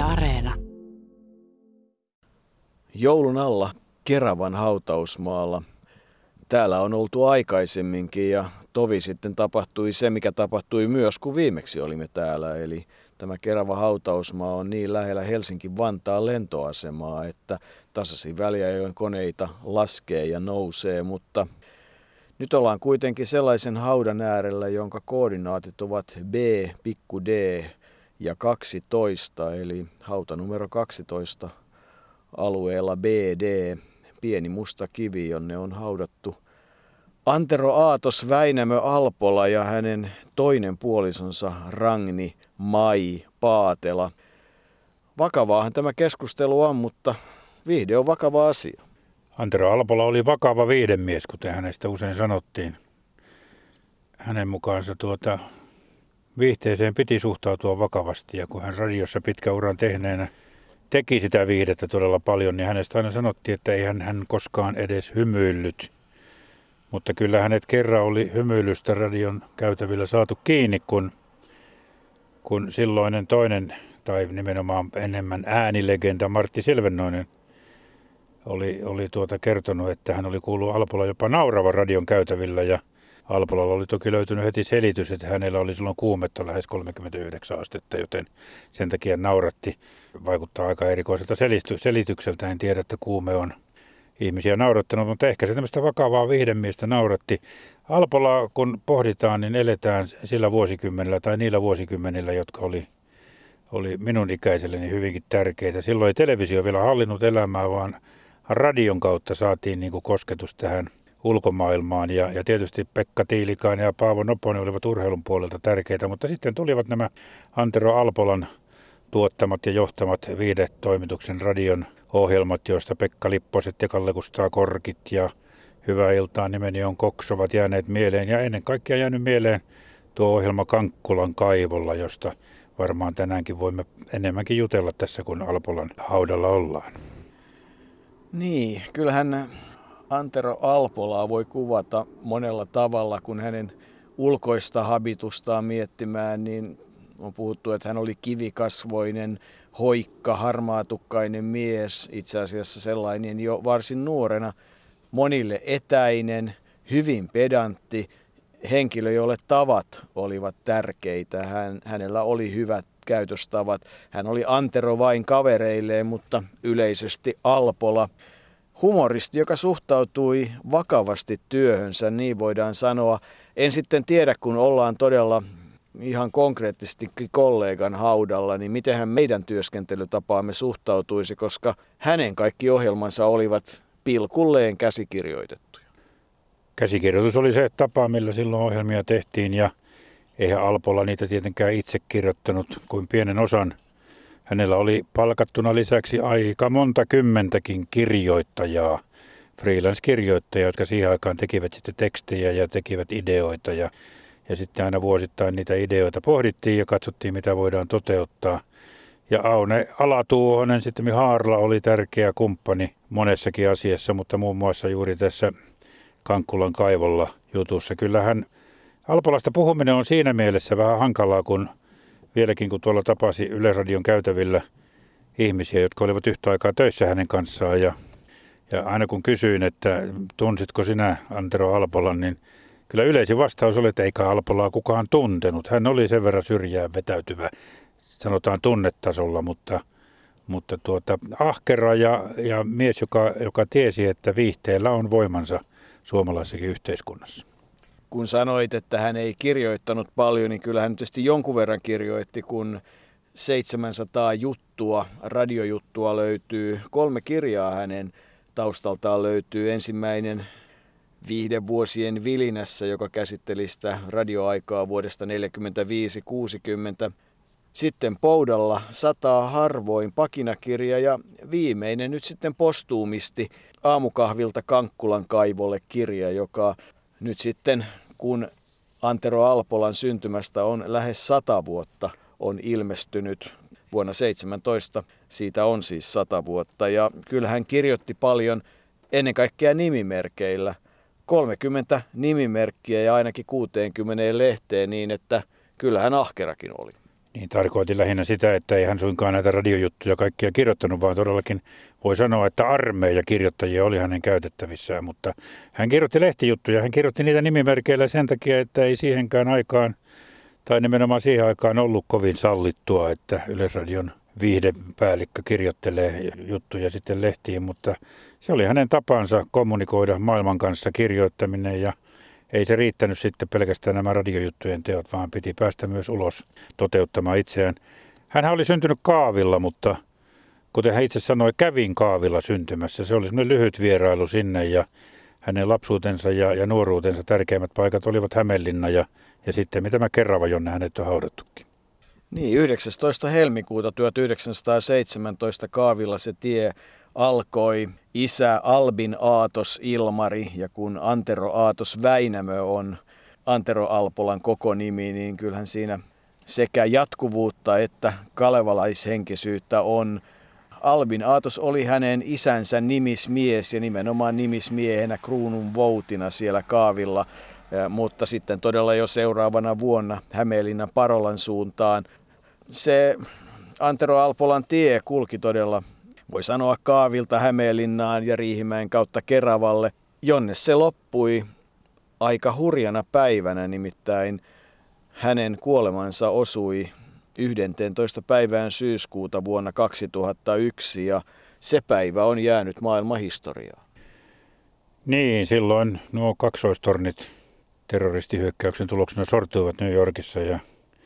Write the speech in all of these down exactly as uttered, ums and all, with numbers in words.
Areena. Joulun alla Keravan hautausmaalla. Täällä on oltu aikaisemminkin ja tovi sitten tapahtui se, mikä tapahtui myös, kun viimeksi olimme täällä. Eli tämä Keravan hautausmaa on niin lähellä Helsinki-Vantaan lentoasemaa, että tasaisin väliajoin koneita laskee ja nousee, mutta nyt ollaan kuitenkin sellaisen haudan äärellä, jonka koordinaatit ovat B, pikku d ja kaksitoista, eli hauta numero kaksitoista alueella B D, pieni musta kivi, jonne on haudattu Antero Aatos Väinämö Alpola ja hänen toinen puolisonsa Ragni Mai Paatela. Vakavaahan tämä keskustelu on, mutta viihde on vakava asia. Antero Alpola oli vakava viihdemies, kuten hänestä usein sanottiin. Hänen mukaansa tuota, viihteeseen piti suhtautua vakavasti, ja kun hän radiossa pitkä uran tehneenä teki sitä viihdettä todella paljon, niin hänestä aina sanottiin, että ei hän, hän koskaan edes hymyillyt. Mutta kyllä hänet kerran oli hymyilystä radion käytävillä saatu kiinni, kun, kun silloinen toinen, tai nimenomaan enemmän äänilegenda Martti Selvennoinen oli, oli tuota kertonut, että hän oli kuullut Alpola jopa nauravan radion käytävillä, ja Alpolalla oli toki löytynyt heti selitys, että hänellä oli silloin kuumetta lähes kolmekymmentäyhdeksän astetta, joten sen takia nauratti. Vaikuttaa aika erikoiselta selitykseltä, en tiedä, että kuume on ihmisiä naurattanut, mutta ehkä se tämmöistä vakavaa viihdemiestä nauratti. Alpola, kun pohditaan, niin eletään sillä vuosikymmenellä tai niillä vuosikymmenillä, jotka oli, oli minun ikäiselleni hyvinkin tärkeitä. Silloin ei televisio vielä hallinnut elämää, vaan radion kautta saatiin niin kuin kosketus tähän ulkomaailmaan. Ja, ja tietysti Pekka Tiilikainen ja Paavo Noponen olivat urheilun puolelta tärkeitä, mutta sitten tulivat nämä Antero Alpolan tuottamat ja johtamat viihdetoimituksen radion ohjelmat, joista Pekka Lipposet ja Kalle Kustaa Korkit ja Hyvää iltaa, nimeni on Cox ovat jääneet mieleen. Ja ennen kaikkea jäänyt mieleen tuo ohjelma Kankkulan kaivolla, josta varmaan tänäänkin voimme enemmänkin jutella tässä, kun Alpolan haudalla ollaan. Niin, kyllähän Antero Alpolaa voi kuvata monella tavalla, kun hänen ulkoista habitustaan miettimään, niin on puhuttu, että hän oli kivikasvoinen, hoikka, harmaatukkainen mies, itse asiassa sellainen jo varsin nuorena, monille etäinen, hyvin pedantti, henkilö, jolle tavat olivat tärkeitä. Hän, hänellä oli hyvät käytöstavat. Hän oli Antero vain kavereilleen, mutta yleisesti Alpola. Humoristi, joka suhtautui vakavasti työhönsä, niin voidaan sanoa. En sitten tiedä, kun ollaan todella ihan konkreettisesti kollegan haudalla, niin mitenhän meidän työskentelytapaamme suhtautuisi, koska hänen kaikki ohjelmansa olivat pilkulleen käsikirjoitettuja. Käsikirjoitus oli se tapa, millä silloin ohjelmia tehtiin, ja eihän Alpola niitä tietenkään itse kirjoittanut kuin pienen osan. Hänellä oli palkattuna lisäksi aika monta kymmentäkin kirjoittajaa, freelance-kirjoittajia, jotka siihen aikaan tekivät sitten tekstejä ja tekivät ideoita. Ja, ja sitten aina vuosittain niitä ideoita pohdittiin ja katsottiin, mitä voidaan toteuttaa. Ja Aune Alatuohonen, sitten Haarla oli tärkeä kumppani monessakin asiassa, mutta muun muassa juuri tässä Kankkulan kaivolla jutussa. Kyllähän Alpolasta puhuminen on siinä mielessä vähän hankalaa, kun vieläkin kun tuolla tapasi Yleisradion käytävillä ihmisiä, jotka olivat yhtä aikaa töissä hänen kanssaan. Ja, ja aina kun kysyin, että tunsitko sinä Antero Alpolan, niin kyllä yleisin vastaus oli, että eikä Alpolaa kukaan tuntenut. Hän oli sen verran syrjään vetäytyvä, sanotaan tunnetasolla, mutta, mutta tuota, ahkera ja, ja mies, joka, joka tiesi, että viihteellä on voimansa suomalaisessakin yhteiskunnassa. Kun sanoit, että hän ei kirjoittanut paljon, niin kyllä hän tietysti jonkun verran kirjoitti, kun seitsemänsataa juttua, radiojuttua löytyy. Kolme kirjaa hänen taustaltaan löytyy. Ensimmäinen Viihdevuosien vilinässä, joka käsitteli sitä radioaikaa vuodesta neljäkymmentäviisi kuusikymmentä. Sitten Poudalla Sataa harvoin pakinakirja ja viimeinen nyt sitten postuumisti Aamukahvilta Kankkulan kaivolle -kirja, joka nyt sitten kun Antero Alpolan syntymästä on lähes sata vuotta on ilmestynyt vuonna seitsemäntoista. Siitä on siis sata vuotta ja kyllä hän kirjoitti paljon ennen kaikkea nimimerkeillä. kolmekymmentä nimimerkkiä ja ainakin kuuteenkymmeneen lehteen niin, että kyllä hän ahkerakin oli. Niin tarkoitin lähinnä sitä, että ei hän suinkaan näitä radiojuttuja kaikkia kirjoittanut, vaan todellakin voi sanoa, että armeija kirjoittajia oli hänen käytettävissään, mutta hän kirjoitti lehtijuttuja, hän kirjoitti niitä nimimerkeillä sen takia, että ei siihenkään aikaan, tai nimenomaan siihen aikaan ollut kovin sallittua, että Yleisradion viihdepäällikkö kirjoittelee juttuja sitten lehtiin, mutta se oli hänen tapansa kommunikoida maailman kanssa kirjoittaminen ja ei se riittänyt sitten pelkästään nämä radiojuttujen teot, vaan piti päästä myös ulos toteuttamaan itseään. Hänhän oli syntynyt Kaavilla, mutta kuten hän itse sanoi, kävin Kaavilla syntymässä. Se oli semmoinen lyhyt vierailu sinne ja hänen lapsuutensa ja, ja nuoruutensa tärkeimmät paikat olivat Hämeenlinna ja, ja sitten mitä mä Kerava, jonne hänet on haudattukin. Niin, yhdeksästoista helmikuuta tuhatyhdeksänsataaseitsemäntoista Kaavilla se tie alkoi. Isä Albin Aatos Ilmari ja kun Antero Aatos Väinämö on Antero Alpolan koko nimi, niin kyllähän siinä sekä jatkuvuutta että kalevalaishenkisyyttä on. Albin Aatos oli hänen isänsä nimismies ja nimenomaan nimismiehenä kruunun voutina siellä Kaavilla, mutta sitten todella jo seuraavana vuonna Hämeenlinnan Parolan suuntaan. Se Antero Alpolan tie kulki todella, voi sanoa, Kaavilta Hämeenlinnaan ja Riihimäen kautta Keravalle, jonne se loppui aika hurjana päivänä, nimittäin hänen kuolemansa osui yhdenteentoista päivään syyskuuta vuonna kaksituhattayksi ja se päivä on jäänyt maailmanhistoriaan. Niin, silloin nuo kaksoistornit terroristihyökkäyksen tuloksena sortuivat New Yorkissa ja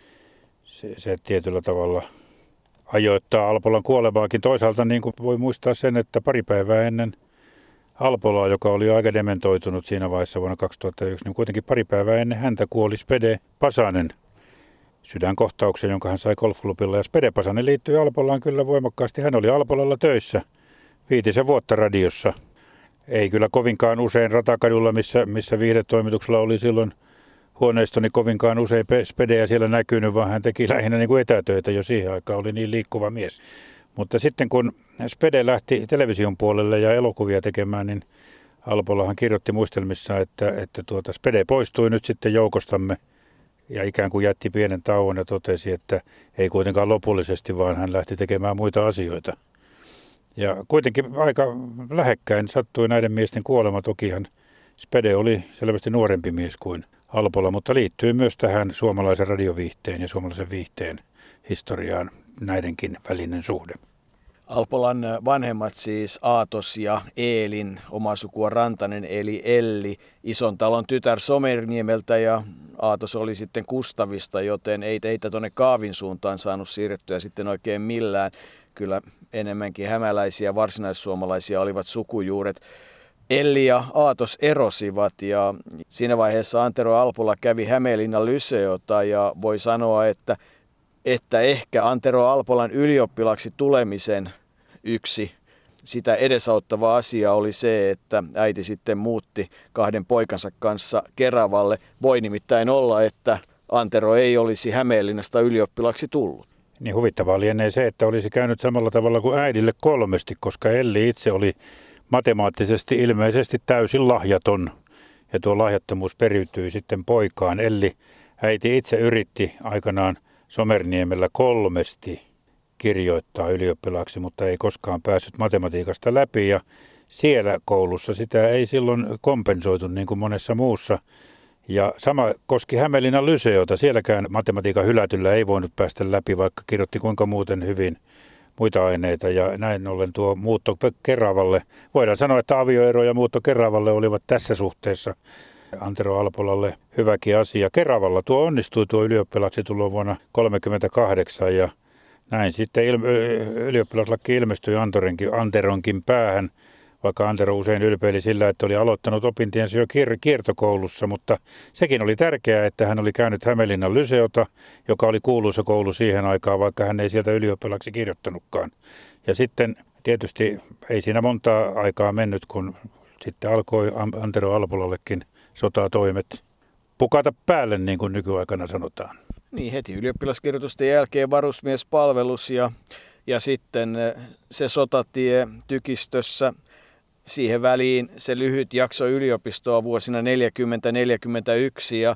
se, se tietyllä tavalla ajoittaa Alpolan kuolemaakin. Toisaalta niin kuin voi muistaa sen, että pari päivää ennen Alpolaa, joka oli jo aika dementoitunut siinä vaiheessa vuonna kaksituhattayksi, niin kuitenkin pari päivää ennen häntä kuoli Spede Pasanen sydänkohtauksen, jonka hän sai golfklubilla. Ja Spede Pasanen liittyi Alpolaan kyllä voimakkaasti. Hän oli Alpolalla töissä viitisen vuotta radiossa. Ei kyllä kovinkaan usein Ratakadulla, missä, missä viihdetoimituksella oli silloin huoneistoni, kovinkaan usein Spedeä siellä näkynyt, vaan hän teki lähinnä niin kuin etätöitä jo siihen aikaan, oli niin liikkuva mies. Mutta sitten kun Spede lähti television puolelle ja elokuvia tekemään, niin Alpolahan kirjoitti muistelmissaan, että, että tuota Spede poistui nyt sitten joukostamme ja ikään kuin jätti pienen tauon ja totesi, että ei kuitenkaan lopullisesti, vaan hän lähti tekemään muita asioita. Ja kuitenkin aika lähekkäin sattui näiden miesten kuolema. Tokihan Spede oli selvästi nuorempi mies kuin Alpola, mutta liittyy myös tähän suomalaisen radioviihteen ja suomalaisen viihteen historiaan näidenkin välinen suhde. Alpolan vanhemmat siis Aatos ja Eelin, oma sukua Rantanen eli Elli, ison talon tytär Somerniemeltä ja Aatos oli sitten Kustavista, joten ei teitä tuonne Kaavin suuntaan saanut siirrettyä sitten oikein millään. Kyllä enemmänkin hämäläisiä, varsinaissuomalaisia olivat sukujuuret. Elli ja Aatos erosivat ja siinä vaiheessa Antero Alpola kävi Hämeenlinnan lyseota ja voi sanoa, että, että ehkä Antero Alpolan ylioppilaksi tulemisen yksi sitä edesauttava asia oli se, että äiti sitten muutti kahden poikansa kanssa Keravalle. Voi nimittäin olla, että Antero ei olisi Hämeenlinnasta ylioppilaksi tullut. Niin huvittavaa lienee se, että olisi käynyt samalla tavalla kuin äidille kolmesti, koska Elli itse oli matemaattisesti ilmeisesti täysin lahjaton. Ja tuo lahjattomuus periytyi sitten poikaan. Elli äiti itse yritti aikanaan Somerniemellä kolmesti kirjoittaa ylioppilaaksi, mutta ei koskaan päässyt matematiikasta läpi. Ja siellä koulussa sitä ei silloin kompensoitu niin kuin monessa muussa. Ja sama koski Hämeenlinnan lyseota. Sielläkään matematiikan hylätyllä ei voinut päästä läpi, vaikka kirjoitti kuinka muuten hyvin muita aineita. Ja näin ollen tuo muutto Keravalle, voidaan sanoa, että avioero ja muutto Keravalle olivat tässä suhteessa Antero Alpolalle hyväkin asia. Keravalla tuo onnistui tuo ylioppilaksi tulo vuonna tuhatyhdeksänsataakolmekymmentäkahdeksan ja näin sitten il- ylioppilaslaki ilmestyi Anteronkin, Anteronkin päähän. Vaikka Antero usein ylpeili sillä, että oli aloittanut opintiensa jo kier- kiertokoulussa, mutta sekin oli tärkeää, että hän oli käynyt Hämeenlinnan lyseota, joka oli kuuluisa koulu siihen aikaan, vaikka hän ei sieltä ylioppilaksi kirjoittanutkaan. Ja sitten tietysti ei siinä montaa aikaa mennyt, kun sitten alkoi Antero Alpolallekin sotatoimet pukata päälle, niin kuin nykyaikana sanotaan. Niin, heti ylioppilaskirjoitusten jälkeen varusmiespalvelus ja, ja sitten se sotatie tykistössä. Siihen väliin se lyhyt jakso yliopistoa vuosina neljäkymmentä neljäkymmentäyksi ja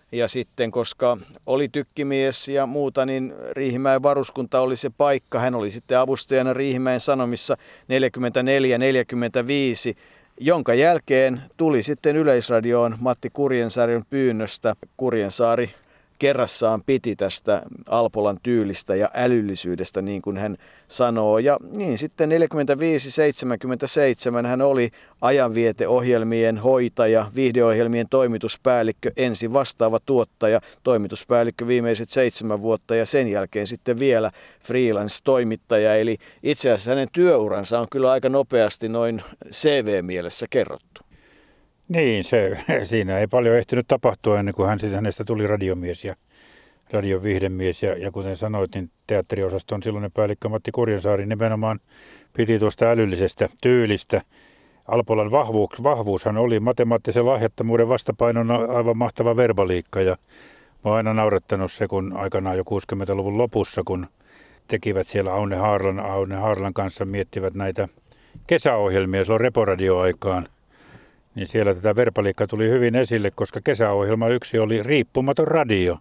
Ja sitten, koska oli tykkimies ja muuta, niin Riihimäen varuskunta oli se paikka. Hän oli sitten avustajana Riihimäen Sanomissa neljäkymmentäneljä neljäkymmentäviisi, jonka jälkeen tuli sitten Yleisradioon Matti Kurjensaaren pyynnöstä. Kurjensaari kerrassaan piti tästä Alpolan tyylistä ja älyllisyydestä, niin kuin hän sanoo. Ja niin sitten neljäkymmentäviisi seitsemänkymmentäseitsemän hän oli ajanvieteohjelmien hoitaja, viihdeohjelmien toimituspäällikkö, ensin vastaava tuottaja, toimituspäällikkö viimeiset seitsemän vuotta ja sen jälkeen sitten vielä freelance-toimittaja. Eli itse asiassa hänen työuransa on kyllä aika nopeasti noin C V-mielessä kerrottu. Niin, se, siinä ei paljon ehtinyt tapahtua ennen kuin hän, hänestä tuli radiomies ja radion viihdemies. Ja, ja kuten sanoit, niin teatteriosaston silloinen päällikkö Matti Kurjensaari nimenomaan piti tuosta älyllisestä tyylistä. Alpolan vahvuus, vahvuushan oli matemaattisen lahjattomuuden vastapainona aivan mahtava verbaliikka. Ja mä oon aina naurattanut se, kun aikanaan jo kuusikymmentäluvun lopussa, kun tekivät siellä Aune Haarlan, Aune Haarlan kanssa, miettivät näitä kesäohjelmia silloin Reporadio-aikaan. Niin siellä tätä verbaliikkaa tuli hyvin esille, koska kesäohjelma yksi oli riippumaton radio.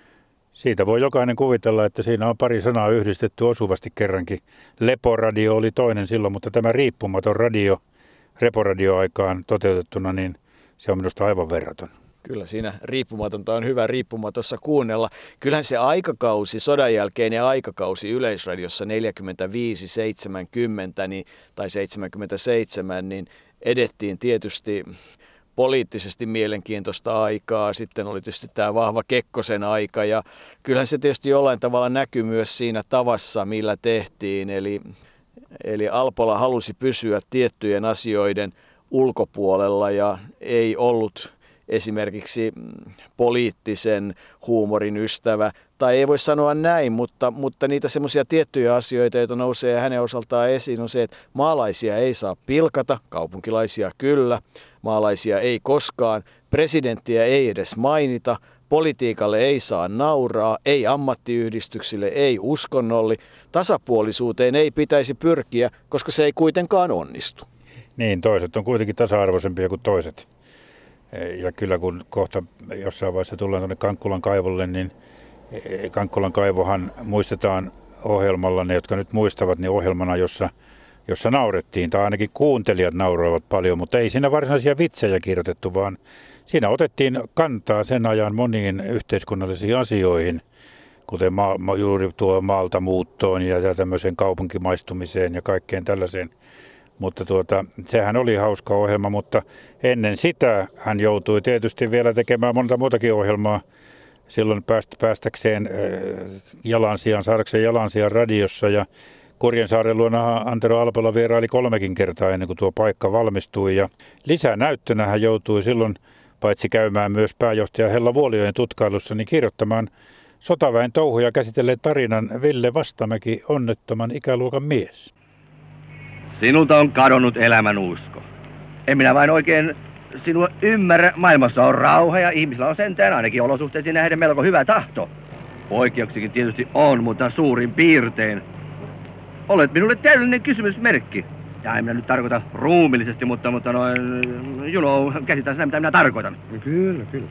Siitä voi jokainen kuvitella, että siinä on pari sanaa yhdistetty osuvasti kerrankin. Leporadio oli toinen silloin, mutta tämä riippumaton radio Reporadio-aikaan toteutettuna, niin se on minusta aivan verraton. Kyllä siinä riippumatonta on hyvä riippumatossa kuunnella. Kyllähän se aikakausi, sodan jälkeinen aikakausi Yleisradiossa neljäkymmentäviisi seitsemänkymmentä niin, tai seitsemänkymmentäseitsemän, niin edettiin tietysti poliittisesti mielenkiintoista aikaa. Sitten oli tietysti tämä vahva Kekkosen aika ja kyllähän se tietysti jollain tavalla näkyy myös siinä tavassa, millä tehtiin. Eli, eli Alpola halusi pysyä tiettyjen asioiden ulkopuolella ja ei ollut esimerkiksi poliittisen huumorin ystävä. Tai ei voi sanoa näin, mutta, mutta niitä semmoisia tiettyjä asioita, joita nousee hänen osaltaan esiin, on se, että maalaisia ei saa pilkata, kaupunkilaisia kyllä, maalaisia ei koskaan, presidenttiä ei edes mainita, politiikalle ei saa nauraa, ei ammattiyhdistyksille, ei uskonnolle, tasapuolisuuteen ei pitäisi pyrkiä, koska se ei kuitenkaan onnistu. Niin, toiset on kuitenkin tasa-arvoisempia kuin toiset. Ja kyllä kun kohta jossain vaiheessa tullaan tuonne Kankkulan kaivolle, niin Kankkulan kaivohan muistetaan ohjelmalla, ne jotka nyt muistavat, niin ohjelmana, jossa, jossa naurettiin, tai ainakin kuuntelijat nauroivat paljon, mutta ei siinä varsinaisia vitsejä kirjoitettu, vaan siinä otettiin kantaa sen ajan moniin yhteiskunnallisiin asioihin, kuten ma- juuri tuo maalta muuttoon ja, ja tämmöiseen kaupunkimaistumiseen ja kaikkeen tällaiseen. Mutta tuota, sehän oli hauska ohjelma, mutta ennen sitä hän joutui tietysti vielä tekemään monta muutakin ohjelmaa silloin päästä, päästäkseen jalansijan, saadakseen jalansijan radiossa. Ja Kurjensaaren luona Antero Alpola vieraili kolmekin kertaa ennen kuin tuo paikka valmistui. Ja lisänäyttönä hän joutui silloin paitsi käymään myös pääjohtaja Hella Vuolijoen tutkailussa, niin kirjoittamaan sotaväen touhuja käsitelleen tarinan Ville Vastamäki, onnettoman ikäluokan mies. Sinulta on kadonnut elämän usko. En minä vain oikein sinua ymmärrä. Maailmassa on rauha ja ihmisillä on sentään ainakin olosuhteisiin nähden melko hyvä tahto. Poikkeuksikin tietysti on, mutta suurin piirtein. Olet minulle täydellinen kysymysmerkki. Ja en minä nyt tarkoita ruumillisesti, mutta, mutta noin, you know, käsitän sitä mitä minä tarkoitan. Kyllä, kyllä.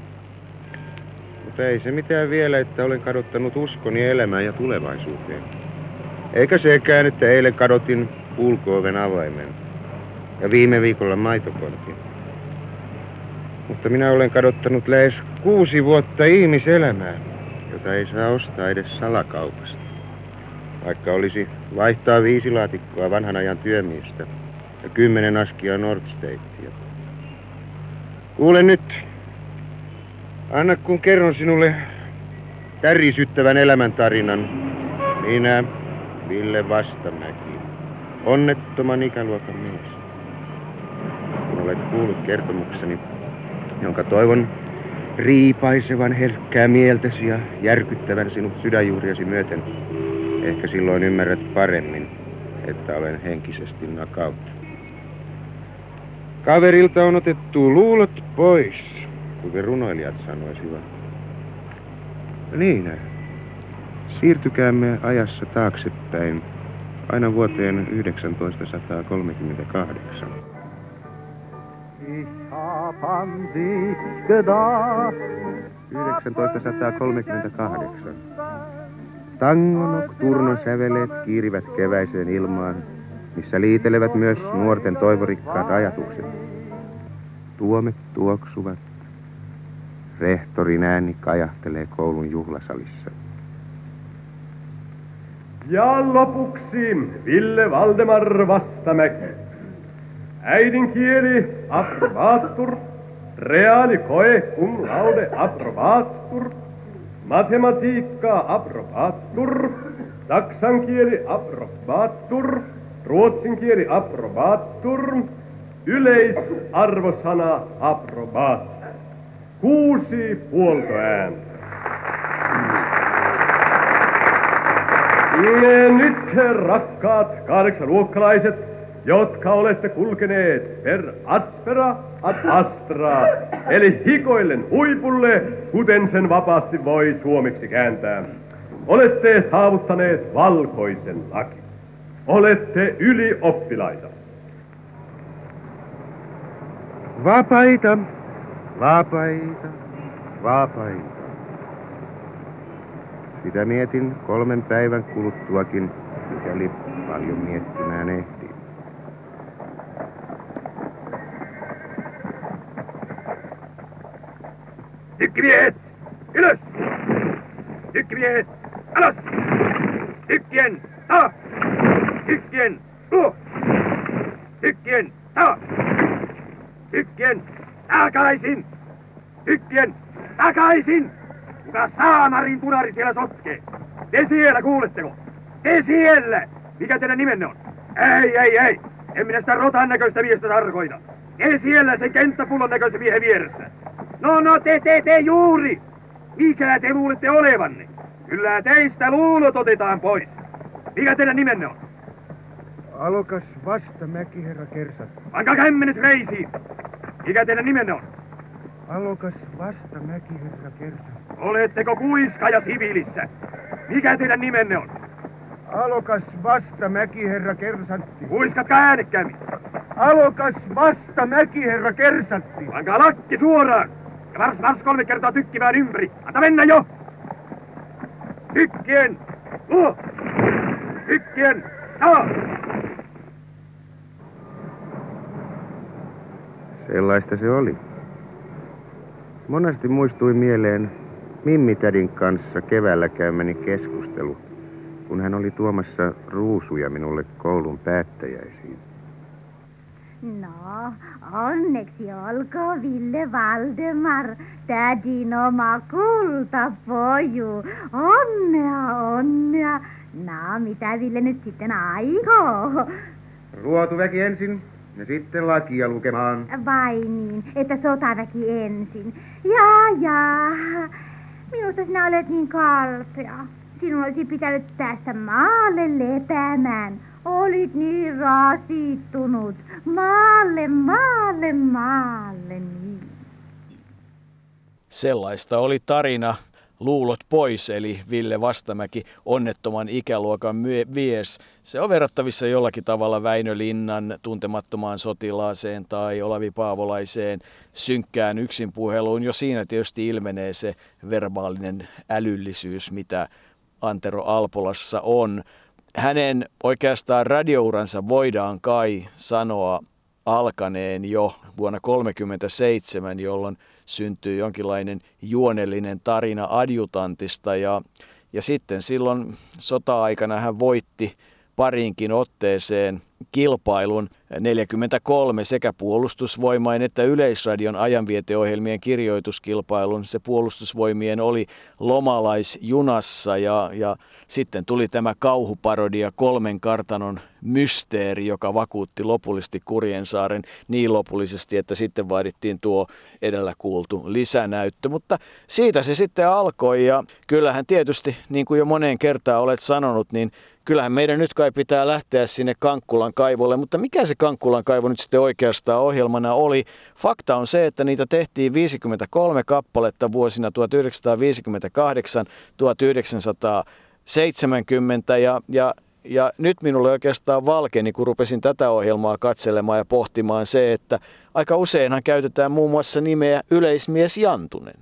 Mutta ei se mitään vielä, että olen kadottanut uskoni elämään ja tulevaisuuteen. Eikä sekään, että eilen kadotin ulko-oven avaimen ja viime viikolla maitokontin. Mutta minä olen kadottanut lähes kuusi vuotta ihmiselämää, jota ei saa ostaa edes salakaupasta. Vaikka olisi vaihtaa viisi laatikkoa vanhan ajan työmiestä ja kymmenen askia Nordsteittia. Kuule nyt, anna kun kerron sinulle tärisyttävän elämäntarinan. Minä, Ville Vastamäki, onnettoman ikäluokan mies. Kun olet kuullut kertomukseni, jonka toivon riipaisevan herkkää mieltäsi ja järkyttävän sinut sydänjuuriasi myöten, ehkä silloin ymmärrät paremmin, että olen henkisesti nakautunut. Kaverilta on otettu luulot pois, kuten runoilijat sanoisivat. Niin, siirtykäämme ajassa taaksepäin aina vuoteen yhdeksäntoistasataakolmekymmentäkahdeksan. Ich hab an dich gedacht, tuhatyhdeksänsataakolmekymmentäkahdeksan. Tango nocturnon säveleet kiirivät keväiseen ilmaan, missä liitelevät myös nuorten toivorikkaat ajatukset. Tuomet tuoksuvat. Rehtorin ääni kajahtelee koulun juhlasalissa. Ja lopuksi Ville Valdemar Vastamäki. Äidinkieli approbatur, reaalikoe cum laude approbatur, matematiikka approbatur, saksan kieli approbatur, ruotsin kieli approbatur, yleisarvosana approbatur. Kuusi puoltoääntä. Nyt rakkaat kahdeksanluokkalaiset, jotka olette kulkeneet per aspera ad astra, eli hikoillen huipulle, kuten sen vapaasti voi suomeksi kääntää. Olette saavuttaneet valkoisen lakin. Olette ylioppilaita. Vapaita, vapaita, vapaita. Sitä mietin kolmen päivän kuluttuakin, mikäli paljon miettimään ehtii. Tykkimiehet, ylös! Tykkimiehet, alas! Tykkien, ta! Tykkien, luo! Tykkien, ta! Tykkien, takaisin! Tykkien, takaisin! Kuka saamarin punari siellä sotkee? Te siellä, kuuletteko? Te siellä! Mikä teidän nimenne on? Ei, ei, ei! En minä sitä rotan näköistä miestä tarkoita. Te siellä sen kenttäpullon näköisen miehen vieressä. No, no, te, te, te juuri! Mikä te luulette olevanne? Kyllä teistä luulot otetaan pois. Mikä teidän nimenne on? Alokas Vastamäki, herra Kersat. Pankaa kämmenet reisiin. Mikä teidän nimenne on? Alokas Vastamäki, herra Kersat. Oletteko kuiska ja siviilissä? Mikä teidän nimenne on? Alokas Vastamäki, herra Kersatti. Kuiskatkaa äänekkäämmin. Alokas Vastamäki, herra Kersatti. Pankaa lakki suoraan. Ja mars mars kolme kertaa tykkimään ympäri. Anta mennä jo! Tykkien! Luo! Tykkien! Taa! Sellaista se oli. Monesti muistui mieleen Mimmitädin kanssa keväällä käymäni keskustelu, kun hän oli tuomassa ruusuja minulle koulun päättäjäisiin. No, onneksi olkoon Ville Valdemar, tädin oma kultapoju. Onnea, onnea. No, mitä Ville nyt sitten aikoo? Ruotuväki ensin ja sitten lakia lukemaan. Vai niin, että sotaväki ensin. Jaa, jaa. Minusta sinä olet niin kalpea. Sinun olisi pitänyt päästä maalle lepäämään. Olit niin rasittunut. Maalle, maalle, maalle, niin. Sellaista oli tarina Luulot pois, eli Ville Vastamäki, onnettoman ikäluokan mies. Se on verrattavissa jollakin tavalla Väinö Linnan Tuntemattomaan sotilaaseen tai Olavi Paavolaiseen Synkkään yksinpuheluun. Jo siinä tietysti ilmenee se verbaalinen älyllisyys, mitä Antero Alpolassa on. Hänen oikeastaan radiouransa voidaan kai sanoa alkaneen jo vuonna tuhatyhdeksänsataakolmekymmentäseitsemän, jolloin syntyi jonkinlainen juonellinen tarina adjutantista ja, ja sitten silloin sota-aikana hän voitti pariinkin otteeseen kilpailun neljäkymmentäkolme sekä puolustusvoimain että Yleisradion ajanvieteohjelmien kirjoituskilpailun. Se puolustusvoimien oli Lomalaisjunassa ja, ja sitten tuli tämä kauhuparodia Kolmen kartanon mysteeri, joka vakuutti lopullisesti Kurjensaaren niin lopullisesti, että sitten vaadittiin tuo edellä kuultu lisänäyttö. Mutta siitä se sitten alkoi ja kyllähän tietysti, niin kuin jo moneen kertaan olet sanonut, niin kyllähän meidän nyt kai pitää lähteä sinne Kankkulan kaivolle, mutta mikä se Kankkulan kaivo nyt sitten oikeastaan ohjelmana oli? Fakta on se, että niitä tehtiin viisikymmentäkolme kappaletta vuosina tuhatyhdeksänsataaviisikymmentäkahdeksan tuhatyhdeksänsataaseitsemänkymmentä ja, ja, ja nyt minulle oikeastaan valkeni, kun rupesin tätä ohjelmaa katselemaan ja pohtimaan se, että aika useinhan käytetään muun muassa nimeä Yleismies Jantunen.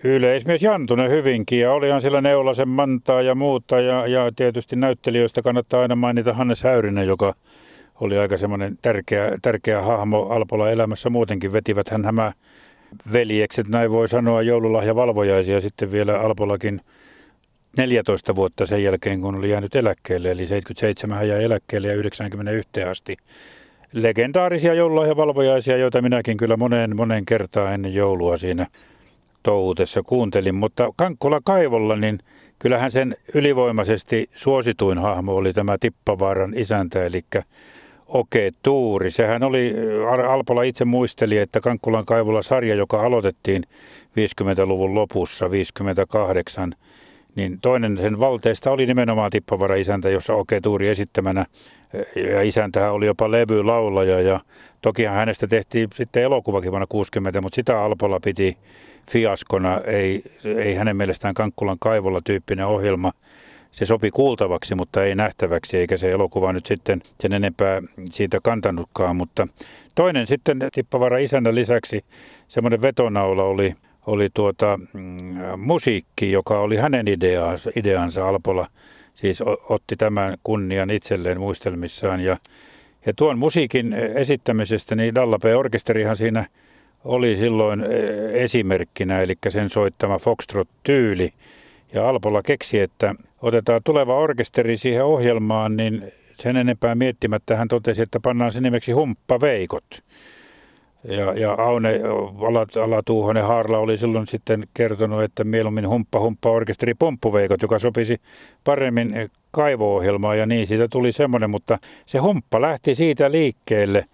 Yleismies Jantunen hyvinkin, ja olihan siellä Neulasen Mantaa ja muuta, ja, ja tietysti näyttelijöistä kannattaa aina mainita Hannes Häyrinen, joka oli aika semmoinen tärkeä, tärkeä hahmo Alpola elämässä muutenkin. Vetivät hän nämä veljekset, näin voi sanoa, joululahjavalvojaisia sitten vielä Alpolakin neljätoista vuotta sen jälkeen, kun oli jäänyt eläkkeelle, eli seitsemänkymmentäseitsemän hän jäi eläkkeelle ja yhdeksänkymmentäyksi asti. Legendaarisia joululahjavalvojaisia, joita minäkin kyllä moneen, moneen kertaan ennen joulua siinä touhutessa kuuntelin, mutta Kankkulan kaivolla, niin kyllähän sen ylivoimaisesti suosituin hahmo oli tämä Tippavaaran isäntä, eli Oke Tuuri. Sehän oli, Alpola itse muisteli, että Kankkulan kaivolla sarja, joka aloitettiin viisikymmentäluvun lopussa, viisikymmentäkahdeksan, niin toinen sen valteista oli nimenomaan Tippavaaran isäntä, jossa Oke Tuuri esittämänä, ja isäntähän oli jopa levylaulaja, ja tokihan hänestä tehtiin sitten elokuvakin vuonna kuusikymmentä, mutta sitä Alpola piti fiaskona, ei, ei hänen mielestään Kankkulan kaivolla tyyppinen ohjelma. Se sopi kuultavaksi, mutta ei nähtäväksi, eikä se elokuva nyt sitten sen enempää siitä kantanutkaan. Mutta toinen sitten Tippavaaran isännän lisäksi semmoinen vetonaula oli, oli tuota, mm, musiikki, joka oli hänen ideansa, ideansa. Alpola siis otti tämän kunnian itselleen muistelmissaan. Ja, ja tuon musiikin esittämisestä, niin Dallape-orkesterihan siinä oli silloin esimerkkinä, eli sen soittama foxtrot-tyyli. Ja Alpola keksi, että otetaan tuleva orkesteri siihen ohjelmaan, niin sen enempää miettimättä hän totesi, että pannaan sen nimeksi Humppaveikot. Ja, ja Aune Alatuuhonen Haarla oli silloin sitten kertonut, että mieluummin Humppa Humppa orkesteri Pumppuveikot, joka sopisi paremmin kaivo-ohjelmaan, ja niin siitä tuli semmoinen, mutta se humppa lähti siitä liikkeelle.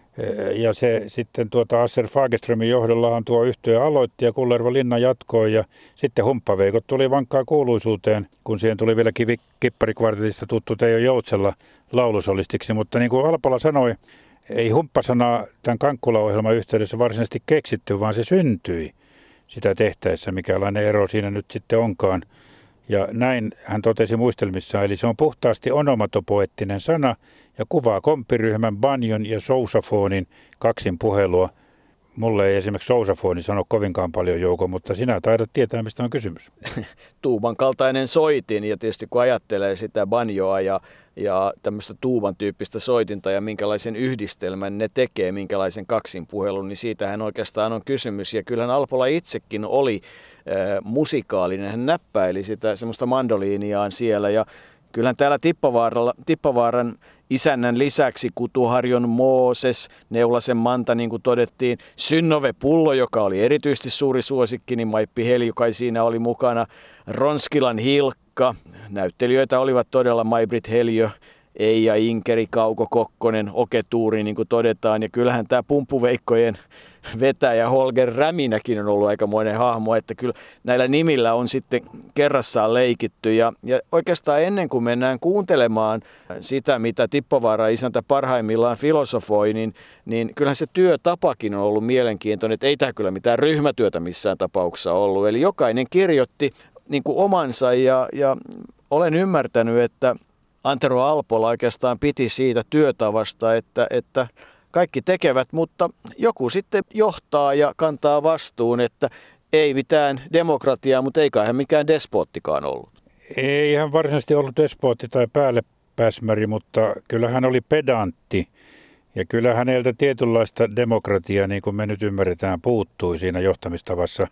Ja se sitten tuota Asser Fagerströmin johdollahan tuo yhtye aloitti ja Kullervo Linna jatkoi, ja sitten Humppaveikot tuli vankkaan kuuluisuuteen, kun siihen tuli vielä Kipparikvartetista tuttu Teijo Joutsella laulusolistiksi. Mutta niin kuin Alpola sanoi, ei humppasanaa tämän Kankkula-ohjelman yhteydessä varsinaisesti keksitty, vaan se syntyi sitä tehtäessä, mikälainen ero siinä nyt sitten onkaan. Ja näin hän totesi muistelmissaan, eli se on puhtaasti onomatopoeettinen sana ja kuvaa komppiryhmän, banjon ja sousafonin kaksin puhelua. Mulle ei esimerkiksi sousafoni sano kovinkaan paljon, Jouko, mutta sinä taidat tietää, mistä on kysymys. Tuuban kaltainen soitin, ja tietysti kun ajattelee sitä banjoa ja, ja tämmöistä tuuban tyyppistä soitinta ja minkälaisen yhdistelmän ne tekee, minkälaisen kaksin puhelun, niin siitähän oikeastaan on kysymys. Ja kyllähän Alpola itsekin oli äh, musikaalinen, hän näppäili sitä semmoista mandoliiniaan siellä, ja kyllähän täällä Tippavaaran isännän lisäksi Kutuharjon Mooses, Neulasen Manta, niin kuin todettiin, Synnove Pullo, joka oli erityisesti suuri suosikki, niin Maippi Heli, joka siinä oli mukana, Ronskilan Hilkka, näyttelijöitä olivat todella Mai-Britt Heliö, Eija Inkeri, Kauko Kokkonen, Oke Tuuri, niin kuin todetaan, ja kyllähän tämä Pumppuveikkojen vetäjä Holger Räminäkin on ollut aikamoinen hahmo, että kyllä näillä nimillä on sitten kerrassaan leikitty. Ja, ja oikeastaan ennen kuin mennään kuuntelemaan sitä, mitä Tippavaaran isäntä parhaimmillaan filosofoi, niin, niin kyllähän se työtapakin on ollut mielenkiintoinen, että ei tämä kyllä mitään ryhmätyötä missään tapauksessa ollut. Eli jokainen kirjoitti niin kuin omansa, ja, ja olen ymmärtänyt, että Antero Alpola oikeastaan piti siitä työtavasta, että, että kaikki tekevät, mutta joku sitten johtaa ja kantaa vastuun, että ei mitään demokratiaa, mutta eikä hän mikään despoottikaan ollut. Ei hän varsinaisesti ollut despootti tai päällepäsmäri, mutta kyllä hän oli pedantti. Ja kyllä häneltä tietynlaista demokratiaa, niin kuin me nyt ymmärretään, puuttui siinä johtamistavassa.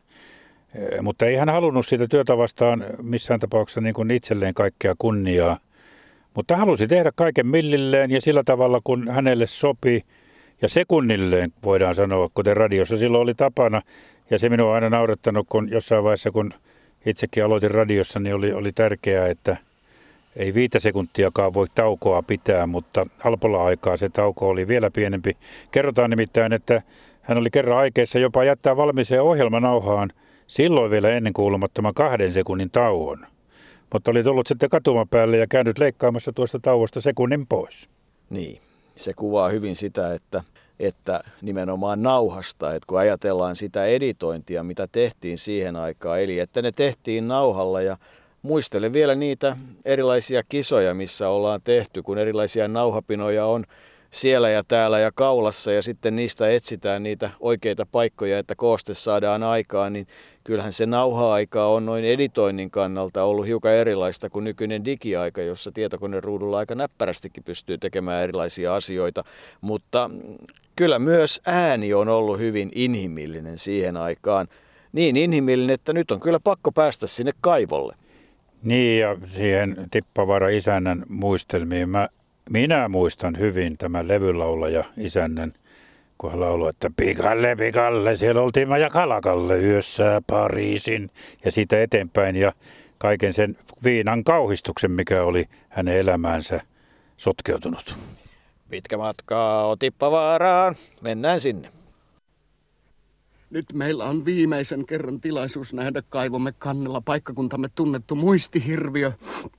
Mutta ei hän halunnut siitä työtavastaan missään tapauksessa niin kuin itselleen kaikkea kunniaa. Mutta halusi tehdä kaiken millilleen ja sillä tavalla, kun hänelle sopi. Ja sekunnilleen voidaan sanoa, kuten radiossa silloin oli tapana. Ja se minua on aina naurattanut, kun jossain vaiheessa, kun itsekin aloitin radiossa, niin oli, oli tärkeää, että ei viitä sekuntiakaan voi taukoa pitää, mutta Alpola-aikaa se tauko oli vielä pienempi. Kerrotaan nimittäin, että hän oli kerran aikeissa jopa jättää valmiiseen ohjelmanauhaan silloin vielä ennen kuulumattoman kahden sekunnin tauon. Mutta oli tullut sitten katumapäälle ja käynyt leikkaamassa tuosta tauosta sekunnin pois. Niin, se kuvaa hyvin sitä, että, että nimenomaan nauhasta, että kun ajatellaan sitä editointia, mitä tehtiin siihen aikaan, eli että ne tehtiin nauhalla, ja muistelen vielä niitä erilaisia kisoja, missä ollaan tehty, kun erilaisia nauhapinoja on siellä ja täällä ja kaulassa ja sitten niistä etsitään niitä oikeita paikkoja, että kooste saadaan aikaan, niin kyllähän se nauha-aika on noin editoinnin kannalta ollut hiukan erilaista kuin nykyinen digiaika, jossa tietokoneruudulla aika näppärästikin pystyy tekemään erilaisia asioita, mutta kyllä myös ääni on ollut hyvin inhimillinen siihen aikaan. Niin inhimillinen, että nyt on kyllä pakko päästä sinne kaivolle. Niin, ja siihen Tippavaara isännän muistelmiin. Mä, minä muistan hyvin tämän levylaulaja isännän, kun hän lauloi, että pikalle, pikalle, siellä oltiin mä ja Kalakalle yössä Pariisin ja siitä eteenpäin. Ja kaiken sen viinan kauhistuksen, mikä oli hänen elämäänsä sotkeutunut. Pitkä matka on Tippavaaraan. Mennään sinne. Nyt meillä on viimeisen kerran tilaisuus nähdä kaivomme kannella paikkakuntamme tunnettu muistihirviö.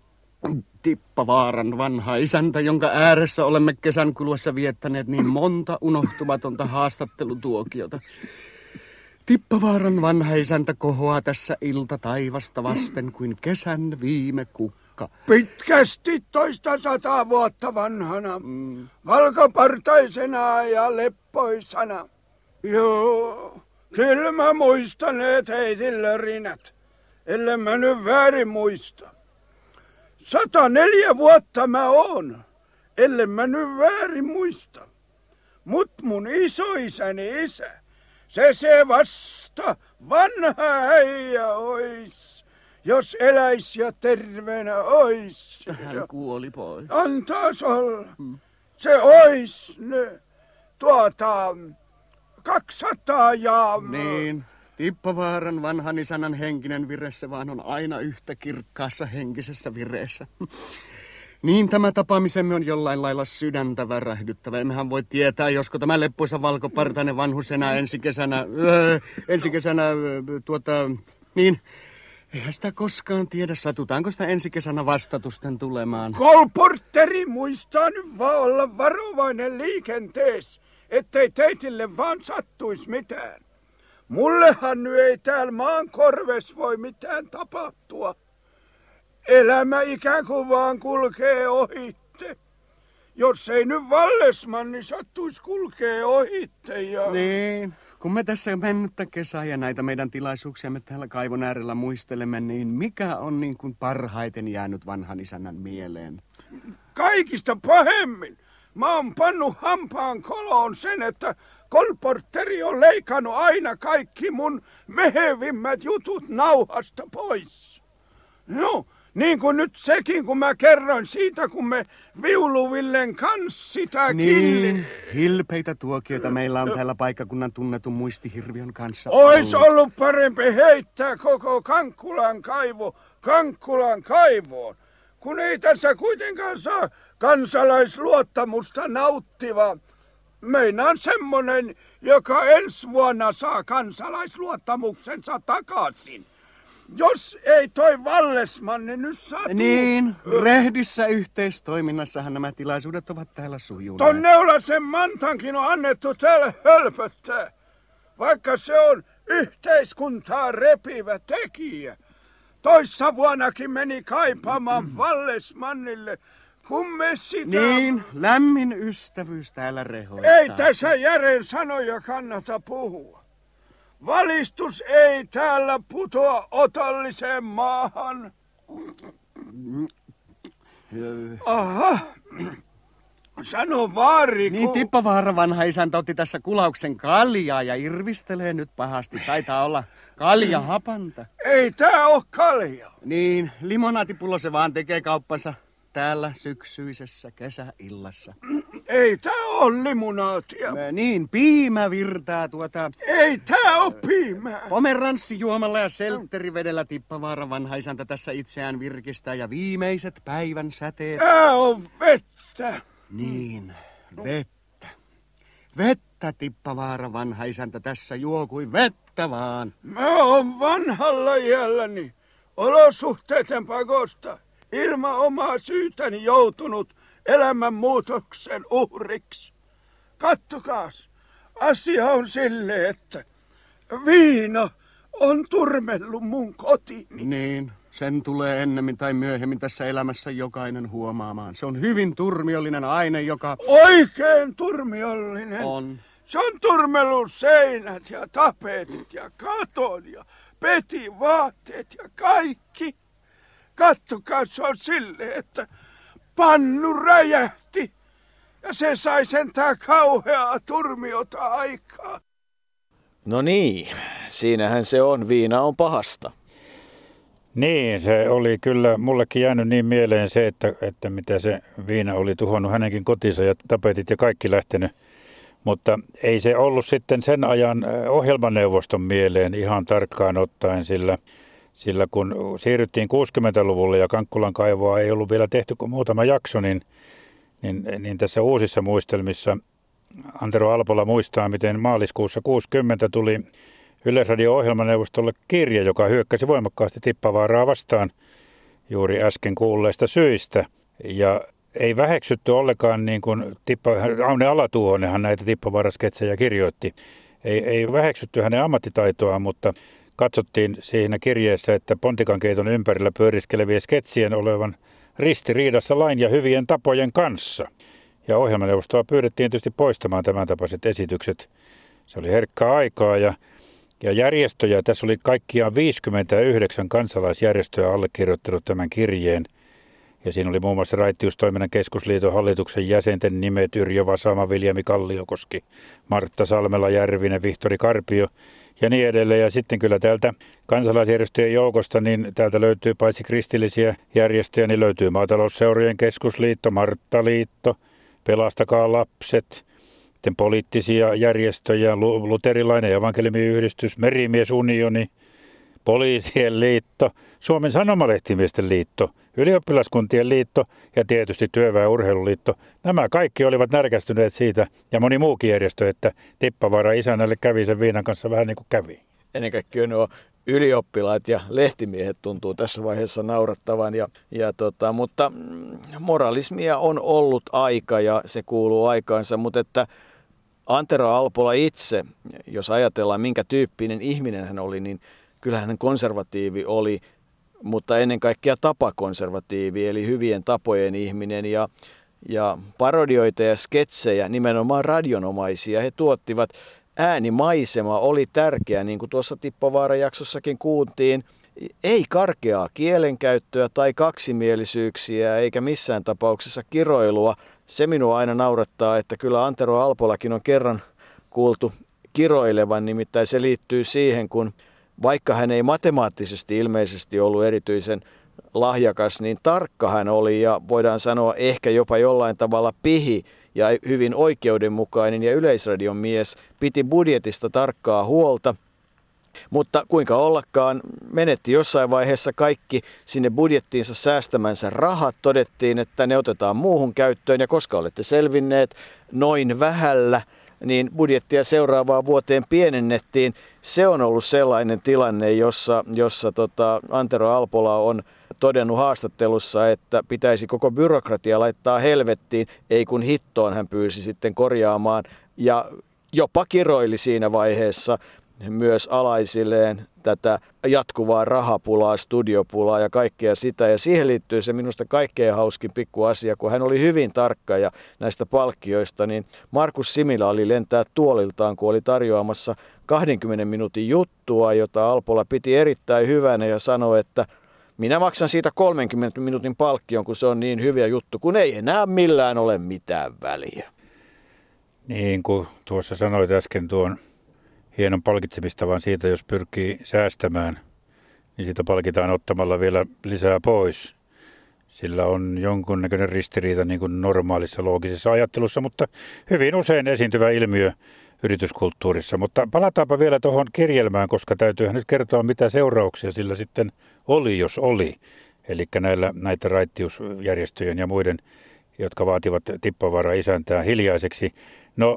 Tippavaaran vanha isäntä, jonka ääressä olemme kesän kuluessa viettäneet niin monta unohtumatonta haastattelutuokiota. Tippavaaran vanha isäntä kohoaa tässä ilta taivasta vasten kuin kesän viime kukka. Pitkästi toista sataa vuotta vanhana, mm. valkopartaisena ja leppoisana. Joo, kyllä mä muistan, että heitin lörinät, ellei mä nyt väärin muista. Sata neljä vuotta mä oon, ellei mä nyt väärin muista. Mut mun isoisäni isä, se se vasta vanha äijä ois, jos eläis ja terveenä ois. Hän kuoli pois. Antaas olla. Se ois ne, tuota, kaksisataa ja... Niin, Tippavaaran vanhan isännän henkinen vire, se vaan on aina yhtä kirkkaassa henkisessä vireessä. Niin tämä tapaamisemme on jollain lailla sydäntä värähdyttävä. Emmehän voi tietää, josko tämä leppoisa valkopartainen vanhus enää ensi kesänä, öö, ensi kesänä, öö, tuota, niin, eihän sitä koskaan tiedä, satutaanko sitä ensi kesänä vastatusten tulemaan. Kolportteri muistaa nyt vaan olla varovainen liikenteessä, ettei teitille vaan sattuis mitään. Mullehan nyt ei täällä maan korves voi mitään tapahtua. Elämä ikään kuin vaan kulkee ohitte. Jos ei nyt Vallesmanni niin sattuisi kulkee ohitte ja... Niin, kun me tässä mennyttä kesää ja näitä meidän tilaisuuksiamme täällä kaivon äärellä muistelemme, niin mikä on niin kuin parhaiten jäänyt vanhan isännän mieleen? Kaikista pahemmin. Mä oon pannut hampaan koloon sen, että kolportteri on leikannut aina kaikki mun mehevimmät jutut nauhasta pois. No, niin kuin nyt sekin, kun mä kerroin siitä, kun me Viuluvillen kanssa sitä Niin, hilpeitä tuokioita meillä on täällä paikkakunnan tunnetun muistihirviön kanssa. Ois ollut parempi heittää koko Kankkulan kaivo Kankkulan kaivoon, kun ei tässä kuitenkaan saa kansalaisluottamusta nauttiva. Meinaan semmonen, joka ensi vuonna saa kansalaisluottamuksensa takaisin. Jos ei toi Vallesmanni nyt satu... Niin, rehdissä yhteistoiminnassahan nämä tilaisuudet ovat täällä sujuneet. Ton Neulasen Mantankin on annettu täällä hölpöttää, vaikka se on yhteiskuntaa repivä tekijä. Toissa vuonnakin meni kaipaamaan Vallesmannille, kun me sitä... Niin, lämmin ystävyys täällä rehoittaa. Ei tässä Jären sanoja kannata puhua. Valistus ei täällä putoa otolliseen maahan. Aha, sano vaari, Niin, Tippavaara vanha isäntä otti tässä kulauksen kaljaa ja irvistelee nyt pahasti. Taitaa olla kaljahapanta. Ei tää oo kalja. Niin, limonaatipullo se vaan tekee kauppansa täällä syksyisessä kesäillassa. Ei tää oo limunaatia. Niin, piimä virtaa tuota... Ei tää oo piimää. Pomeranssijuomalla ja seltterivedellä Tippavaara vanha isäntä tässä itseään virkistää ja viimeiset päivän säteet... Tää on vettä. Niin, vettä. Vettä Tippavaara vanha isäntä tässä juo kuin vettä vaan. Mä oon vanhalla iälläni olosuhteiden pakosta ilman omaa syytäni joutunut elämänmuutoksen uhriksi. Kattokaas, asia on silleen, että viina on turmellut mun kotini. Niin, Sen tulee ennemmin tai myöhemmin tässä elämässä jokainen huomaamaan. Se on hyvin turmiollinen aine, joka... Oikein turmiollinen. On. Se on turmellut seinät ja tapetit ja katon ja petivaatteet ja kaikki. Kattokaa, se on silleen, että pannu räjähti ja se sai sentään kauheaa turmiota aikaa. No niin, siinähän se on. Viina on pahasta. Niin, se oli kyllä mullekin jäänyt niin mieleen se, että, että mitä se viina oli tuhonnut hänenkin kotinsa ja tapetit ja kaikki lähtenyt. Mutta ei se ollut sitten sen ajan ohjelmaneuvoston mieleen ihan tarkkaan ottaen, sillä, sillä kun siirryttiin kuusikymmentäluvulle ja Kankkulan kaivoa ei ollut vielä tehty kuin muutama jakso, niin, niin, niin tässä uusissa muistelmissa Antero Alpola muistaa, miten maaliskuussa kuusikymmentä tuli Yleisradio-ohjelmaneuvostolle kirje, joka hyökkäsi voimakkaasti Tippavaaraa vastaan juuri äsken kuulleista syistä. Ja ei väheksytty ollenkaan, niin kuin Tippa, Aune Alatuuhonenhan näitä Tippavaara-sketsejä kirjoitti. Ei, ei väheksytty hänen ammattitaitoaan, mutta katsottiin siinä kirjeessä, että Pontikan-keiton ympärillä pyöriskelevien sketsien olevan ristiriidassa lain ja hyvien tapojen kanssa. Ja ohjelmaneuvostoa pyydettiin tietysti poistamaan tämän tapaiset esitykset. Se oli herkkää aikaa ja, ja järjestöjä. Tässä oli kaikkiaan viisikymmentäyhdeksän kansalaisjärjestöä allekirjoittanut tämän kirjeen. Ja siinä oli muun muassa Raittiustoiminnan keskusliiton hallituksen jäsenten nimet Yrjö Vasama, Viljami Kalliokoski, Martta Salmela-Järvinen, Vihtori Karpio ja niin edelleen. Ja sitten kyllä täältä kansalaisjärjestöjen joukosta, niin täältä löytyy paitsi kristillisiä järjestöjä, niin löytyy Maatalousseurojen keskusliitto, Marttaliitto, Pelastakaa lapset, sitten poliittisia järjestöjä, luterilainen evankeliumiyhdistys, Merimiesunioni, Poliisien liitto, Suomen sanomalehtimiesten liitto, Ylioppilaskuntien liitto ja tietysti Työväen urheiluliitto. Nämä kaikki olivat närkästyneet siitä ja moni muukin järjestö, että Tippavaara isännälle kävi sen viinan kanssa vähän niin kuin kävi. Ennen kaikkea nuo ylioppilaat ja lehtimiehet tuntuu tässä vaiheessa naurattavan. Ja, ja tota, mutta moralismia on ollut aika ja se kuuluu aikaansa, mutta että Antero Alpola itse, jos ajatellaan minkä tyyppinen ihminen hän oli, niin kyllähän hän konservatiivi oli, mutta ennen kaikkea tapakonservatiivi, eli hyvien tapojen ihminen ja, ja parodioita ja sketsejä, nimenomaan radionomaisia. He tuottivat, äänimaisema oli tärkeä, niin kuin tuossa Tippavaara-jaksossakin kuultiin. Ei karkeaa kielenkäyttöä tai kaksimielisyyksiä eikä missään tapauksessa kiroilua. Se minua aina naurattaa, että kyllä Antero Alpolakin on kerran kuultu kiroilevan, nimittäin se liittyy siihen, kun vaikka hän ei matemaattisesti ilmeisesti ollut erityisen lahjakas, niin tarkka hän oli ja voidaan sanoa ehkä jopa jollain tavalla pihi ja hyvin oikeudenmukainen ja Yleisradion mies, piti budjetista tarkkaa huolta. Mutta kuinka ollakaan, menetti jossain vaiheessa kaikki sinne budjettiinsa säästämänsä rahat. Todettiin, että ne otetaan muuhun käyttöön ja koska olette selvinneet noin vähällä, niin budjettia seuraavaan vuoteen pienennettiin. Se on ollut sellainen tilanne, jossa, jossa tota Antero Alpola on todennut haastattelussa, että pitäisi koko byrokratia laittaa helvettiin, ei kun hittoon hän pyysi sitten korjaamaan ja jopa kiroili siinä vaiheessa myös alaisilleen tätä jatkuvaa rahapulaa, studiopulaa ja kaikkea sitä. Ja siihen liittyy se minusta kaikkein hauskin pikku asia, kun hän oli hyvin tarkka ja näistä palkkioista, niin Markus Similä oli lentää tuoliltaan, kun oli tarjoamassa kahdenkymmenen minuutin juttua, jota Alpola piti erittäin hyvänä ja sanoi, että minä maksan siitä kolmenkymmenen minuutin palkkion, kun se on niin hyvä juttu, kun ei enää millään ole mitään väliä. Niin kuin tuossa sanoit äsken tuon hienon palkitsemistavan siitä, jos pyrkii säästämään, niin siitä palkitaan ottamalla vielä lisää pois. Sillä on jonkunnäköinen ristiriita niin kuin normaalissa loogisessa ajattelussa, mutta hyvin usein esiintyvä ilmiö yrityskulttuurissa. Mutta palataanpa vielä tuohon kirjelmään, koska täytyy nyt kertoa, mitä seurauksia sillä sitten oli, jos oli. Eli näillä, näitä raittiusjärjestöjen ja muiden, jotka vaativat Tippavaara isäntää hiljaiseksi. No,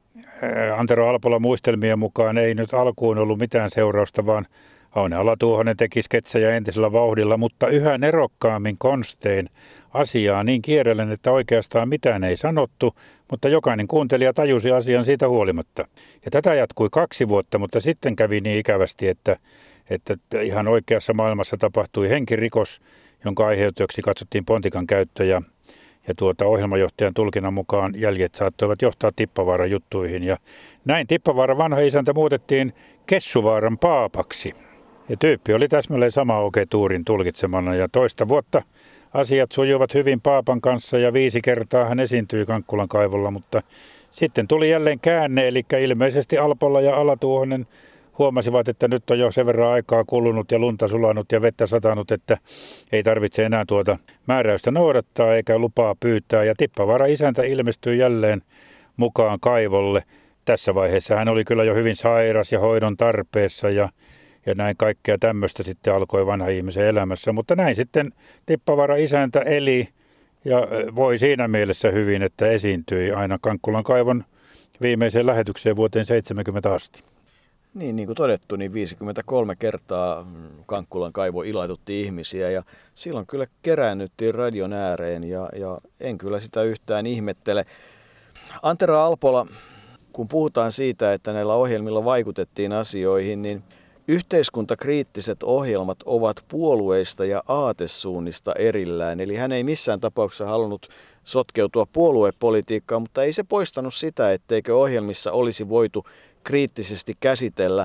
Antero Alpola muistelmien mukaan ei nyt alkuun ollut mitään seurausta, vaan Aune Alatuuhonen teki sketsejä entisellä vauhdilla, mutta yhä nerokkaammin konstein asiaa niin kierrellen, että oikeastaan mitään ei sanottu, mutta jokainen kuuntelija tajusi asian siitä huolimatta. Ja tätä jatkui kaksi vuotta, mutta sitten kävi niin ikävästi, että, että ihan oikeassa maailmassa tapahtui henkirikos, jonka aiheuttajaksi katsottiin pontikan käyttö ja, ja tuota ohjelmajohtajan tulkinnan mukaan jäljet saattoivat johtaa Tippavaaran juttuihin. Ja näin Tippavaaran vanha isäntä muutettiin Kessuvaaran paapaksi. Ja tyyppi oli täsmälleen sama Oke Tuurin tulkitsemana ja toista vuotta asiat sujuivat hyvin paapan kanssa ja viisi kertaa hän esiintyi Kankkulan kaivolla, mutta sitten tuli jälleen käänne, eli ilmeisesti Alpola ja Alatuohonen huomasivat, että nyt on jo sen verran aikaa kulunut ja lunta sulanut ja vettä satanut, että ei tarvitse enää tuota määräystä noudattaa eikä lupaa pyytää. Ja Tippavaara isäntä ilmestyi jälleen mukaan kaivolle. Tässä vaiheessa hän oli kyllä jo hyvin sairas ja hoidon tarpeessa ja, ja näin kaikkea tämmöistä sitten alkoi vanha ihmisen elämässä. Mutta näin sitten Tippavaara isäntä eli ja voi siinä mielessä hyvin, että esiintyi aina Kankkulan kaivon viimeiseen lähetykseen vuoteen seitsemänkymmentä asti. Niin, niin kuin todettu, niin viisikymmentäkolme kertaa Kankkulan kaivo ilahdutti ihmisiä ja silloin kyllä keräännyttiin radion ääreen ja, ja en kyllä sitä yhtään ihmettele. Antero Alpola, kun puhutaan siitä, että näillä ohjelmilla vaikutettiin asioihin, niin yhteiskuntakriittiset ohjelmat ovat puolueista ja aatesuunnista erillään. Eli hän ei missään tapauksessa halunnut sotkeutua puoluepolitiikkaan, mutta ei se poistanut sitä, etteikö ohjelmissa olisi voitu kriittisesti käsitellä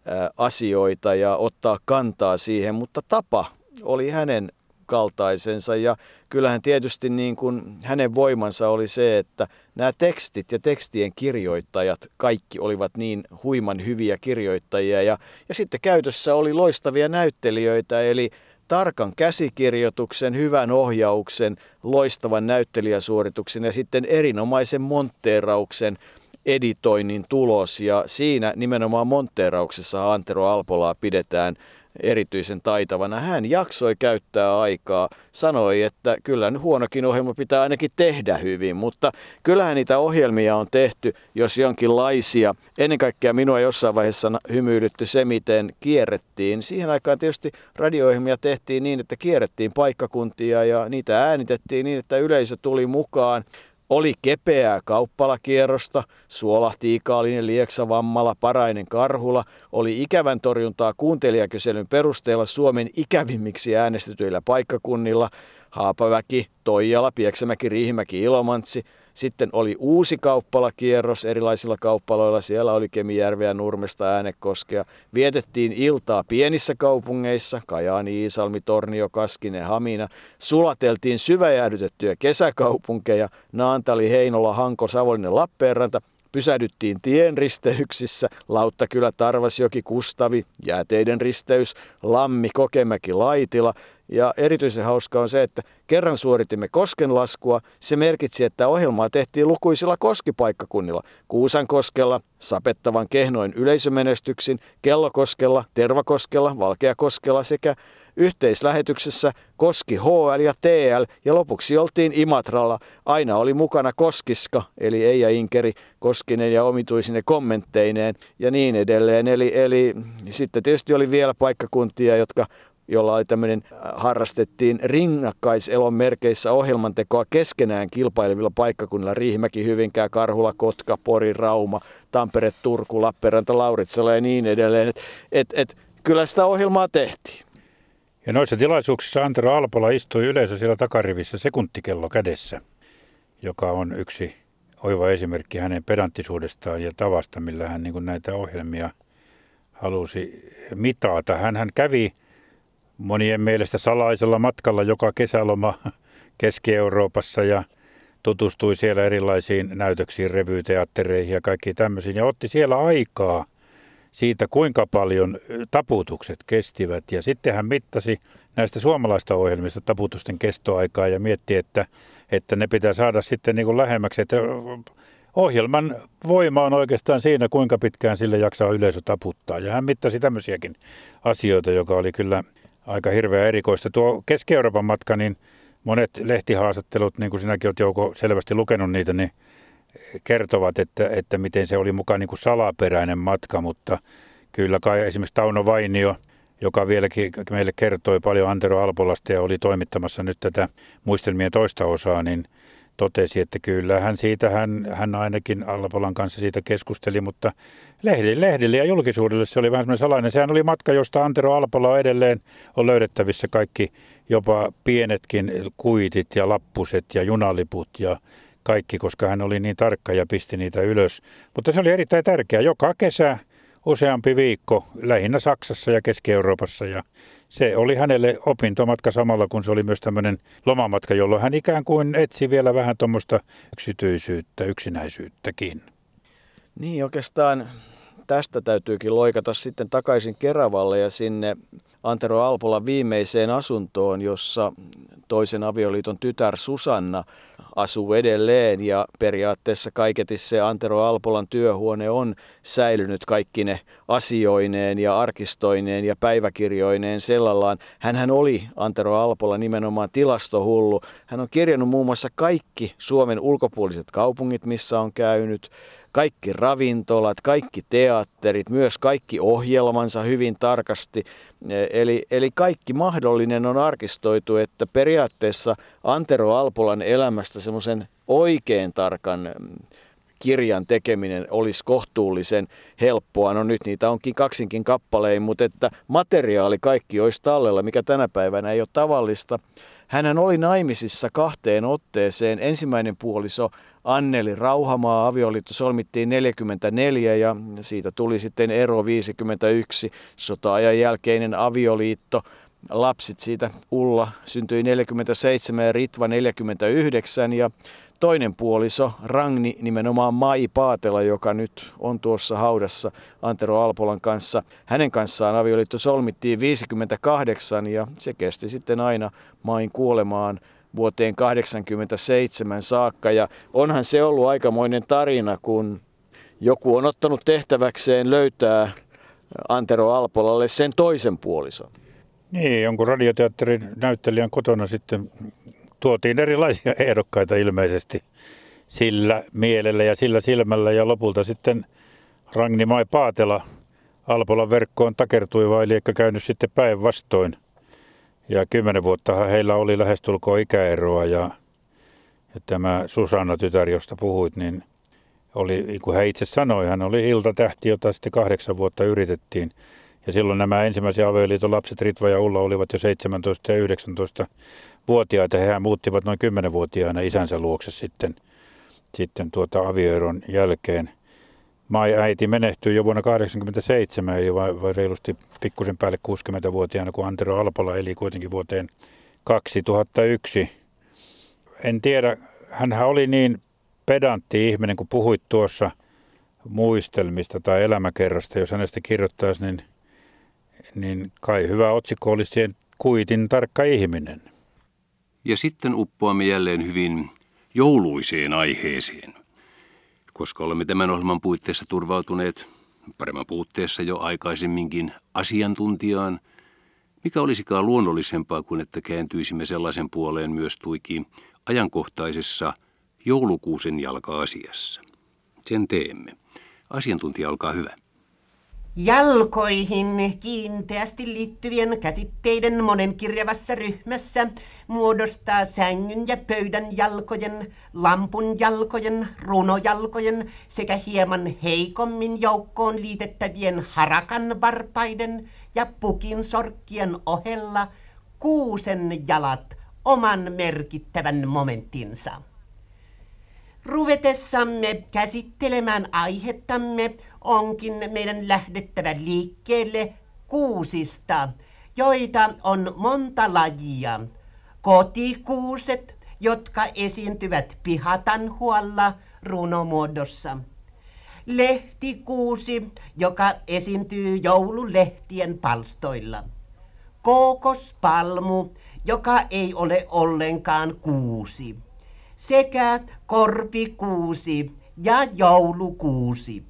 asioita ja ottaa kantaa siihen, mutta tapa oli hänen kaltaisensa ja kyllähän tietysti niin kuin hänen voimansa oli se, että nämä tekstit ja tekstien kirjoittajat kaikki olivat niin huiman hyviä kirjoittajia ja, ja sitten käytössä oli loistavia näyttelijöitä eli tarkan käsikirjoituksen, hyvän ohjauksen, loistavan näyttelijäsuorituksen ja sitten erinomaisen montteerauksen editoinnin tulos ja siinä nimenomaan montteerauksessa Antero Alpolaa pidetään erityisen taitavana. Hän jaksoi käyttää aikaa, sanoi, että kyllä huonokin ohjelma pitää ainakin tehdä hyvin, mutta kyllähän niitä ohjelmia on tehty, jos jonkinlaisia. Ennen kaikkea minua jossain vaiheessa hymyilytti se, miten kierrettiin. Siihen aikaan tietysti radio-ohjelmia tehtiin niin, että kierrettiin paikkakuntia ja niitä äänitettiin niin, että yleisö tuli mukaan. Oli kepeää kauppalakierrosta, Suolahti, Ikaalinen, Lieksa, Vammala, Parainen, Karhula. Oli ikävän torjuntaa kuuntelijakyselyn perusteella Suomen ikävimmiksi äänestetyillä paikkakunnilla. Haapaväki, Toijala, Pieksämäki, Riihimäki, Ilomantsi. Sitten oli uusi kauppalakierros erilaisilla kauppaloilla. Siellä oli Kemijärveä, Nurmesta, Äänekoskea. Vietettiin iltaa pienissä kaupungeissa, Kajaani, Iisalmi, Tornio, Kaskinen, Hamina. Sulateltiin syväjäädytettyjä kesäkaupunkeja, Naantali, Heinola, Hanko, Savonlinna, Lappeenranta. Pysähdyttiin tienristeyksissä, Lauttakylä, Tarvasjoki, Kustavi, Jääteiden risteys, Lammi, Kokemäki, Laitila. Ja erityisen hauska on se, että kerran suoritimme koskenlaskua. Se merkitsi, että ohjelmaa tehtiin lukuisilla koskipaikkakunnilla. Kuusankoskella, Sapettavan kehnoin yleisömenestyksin, Kellokoskella, Tervakoskella, Valkeakoskella sekä yhteislähetyksessä Koski H L ja T L ja lopuksi oltiin Imatralla. Aina oli mukana Koskiska eli Eija Inkeri, Koskinen ja omituisine kommentteineen ja niin edelleen. Eli, eli sitten tietysti oli vielä paikkakuntia, jotka jolla oli tämmöinen, harrastettiin rinnakkaiselon merkeissä ohjelmantekoa keskenään kilpailevilla paikkakunnilla. Riihimäki, Hyvinkää, Karhula, Kotka, Pori, Rauma, Tampere, Turku, Lappeenranta, Lauritsala ja niin edelleen. Et, et, et, kyllä sitä ohjelmaa tehtiin. Ja noissa tilaisuuksissa Antero Alpola istui yleensä siellä takarivissä sekuntikello kädessä, joka on yksi oiva esimerkki hänen pedanttisuudestaan ja tavasta, millä hän niin kuin näitä ohjelmia halusi mitata. Hän, hän kävi monien mielestä salaisella matkalla joka kesäloma Keski-Euroopassa ja tutustui siellä erilaisiin näytöksiin, revyteattereihin ja kaikkiin tämmöisiin ja otti siellä aikaa siitä, kuinka paljon taputukset kestivät. Ja sitten hän mittasi näistä suomalaista ohjelmista taputusten kestoaikaa ja mietti, että, että ne pitää saada sitten niin kuin lähemmäksi. Että ohjelman voima on oikeastaan siinä, kuinka pitkään sille jaksaa yleisö taputtaa. Ja hän mittasi tämmöisiäkin asioita, joka oli kyllä aika hirveä erikoista. Tuo Keski-Euroopan matka, niin monet lehtihaastattelut, niin kuin sinäkin olet Jouko selvästi lukenut niitä, niin kertovat, että, että miten se oli mukaan niin kuin salaperäinen matka, mutta kyllä kai esimerkiksi Tauno Vainio, joka vieläkin meille kertoi paljon Antero Alpolasta ja oli toimittamassa nyt tätä muistelmien toista osaa, niin totesi, että kyllä hän siitä, hän, hän ainakin Alpolan kanssa siitä keskusteli, mutta lehdille, lehdille ja julkisuudelle se oli vähän semmoinen salainen. Sehän oli matka, josta Antero Alpola edelleen on löydettävissä kaikki, jopa pienetkin kuitit ja lappuset ja junaliput ja kaikki, koska hän oli niin tarkka ja pisti niitä ylös. Mutta se oli erittäin tärkeää. Joka kesä useampi viikko, lähinnä Saksassa ja Keski-Euroopassa, ja se oli hänelle opintomatka samalla, kun se oli myös tämmöinen lomamatka, jolloin hän ikään kuin etsi vielä vähän tuommoista yksityisyyttä, yksinäisyyttäkin. Niin, oikeastaan tästä täytyykin loikata sitten takaisin Keravalle ja sinne Antero Alpolan viimeiseen asuntoon, jossa toisen avioliiton tytär Susanna asuu edelleen, ja periaatteessa kaiketi se Antero Alpolan työhuone on säilynyt kaikkine asioineen ja arkistoineen ja päiväkirjoineen sellallaan. Hänhän oli Antero Alpola nimenomaan tilastohullu. Hän on kirjannut muun muassa kaikki Suomen ulkopuoliset kaupungit, missä on käynyt, kaikki ravintolat, kaikki teatterit, myös kaikki ohjelmansa hyvin tarkasti. Eli, eli kaikki mahdollinen on arkistoitu, että periaatteessa Antero Alpolan elämästä semmoisen oikein tarkan kirjan tekeminen olisi kohtuullisen helppoa. No nyt niitä onkin kaksinkin kappalein, mutta että materiaali kaikki olisi tallella, mikä tänä päivänä ei ole tavallista. Hänhän oli naimisissa kahteen otteeseen. Ensimmäinen puoliso Anneli Rauhamaa, avioliitto solmittiin neljäkymmentäneljä ja siitä tuli sitten ero viisikymmentäyksi, sota-ajan jälkeinen avioliitto. Lapsit siitä Ulla syntyi neljäkymmentäseitsemän ja Ritva neljäkymmentäyhdeksän ja toinen puoliso Ragni, nimenomaan Mai Paatela, joka nyt on tuossa haudassa Antero Alpolan kanssa. Hänen kanssaan avioliitto solmittiin viisikymmentäkahdeksan ja se kesti sitten aina Main kuolemaan vuoteen kahdeksankymmentäseitsemän saakka. Ja onhan se ollut aikamoinen tarina, kun joku on ottanut tehtäväkseen löytää Antero Alpolalle sen toisen puolison. Niin, jonkun radioteatterin näyttelijän kotona sitten tuotiin erilaisia ehdokkaita ilmeisesti sillä mielellä ja sillä silmällä, ja lopulta sitten Ragni Mai Paatela Alpolan verkkoon takertui, vai eli käynyt sitten päinvastoin. Ja kymmenen vuotta heillä oli lähestulkoon ikäeroa, ja, ja tämä Susanna tytär, josta puhuit, niin oli, niin kuin hän itse sanoi, hän oli iltatähti, jota sitten kahdeksan vuotta yritettiin. Ja silloin nämä ensimmäisen avioliiton lapset Ritva ja Ulla olivat jo seitsemäntoista ja yhdeksäntoista-vuotiaita. Hehän muuttivat noin kymmenvuotiaana isänsä luokse sitten, sitten tuota avioeron jälkeen. Mai äiti menehtyi jo vuonna tuhatyhdeksänsataakahdeksankymmentäseitsemän, eli vai, vai reilusti pikkusen päälle kuusikymmentävuotiaana, kun Antero Alpola eli kuitenkin vuoteen kaksituhattayksi. En tiedä, hänhän oli niin pedantti ihminen, kun puhuit tuossa muistelmista tai elämäkerrasta. Jos hänestä kirjoittaisi, niin, niin kai hyvä otsikko olisi siihen kuitin tarkka ihminen. Ja sitten uppoamme jälleen hyvin jouluiseen aiheeseen. Koska olemme tämän ohjelman puitteissa turvautuneet paremman puutteessa jo aikaisemminkin asiantuntijaan, mikä olisikaan luonnollisempaa kuin että kääntyisimme sellaisen puoleen myös tuiki ajankohtaisessa joulukuusen jalka-asiassa. Sen teemme. Asiantuntija, olkaa hyvä. Jalkoihin kiinteästi liittyvien käsitteiden monenkirjavassa ryhmässä muodostaa sängyn ja pöydän jalkojen, lampun jalkojen, runojalkojen sekä hieman heikommin joukkoon liitettävien harakan varpaiden ja pukin sorkkien ohella kuusen jalat oman merkittävän momenttinsa. Ruvetessamme käsittelemään aihettamme onkin meidän lähdettävä liikkeelle kuusista, joita on monta lajia. Kotikuuset, jotka esiintyvät pihatanhualla runomuodossa. Lehtikuusi, joka esiintyy joululehtien palstoilla. Kookospalmu, joka ei ole ollenkaan kuusi. Sekä korpikuusi ja joulukuusi.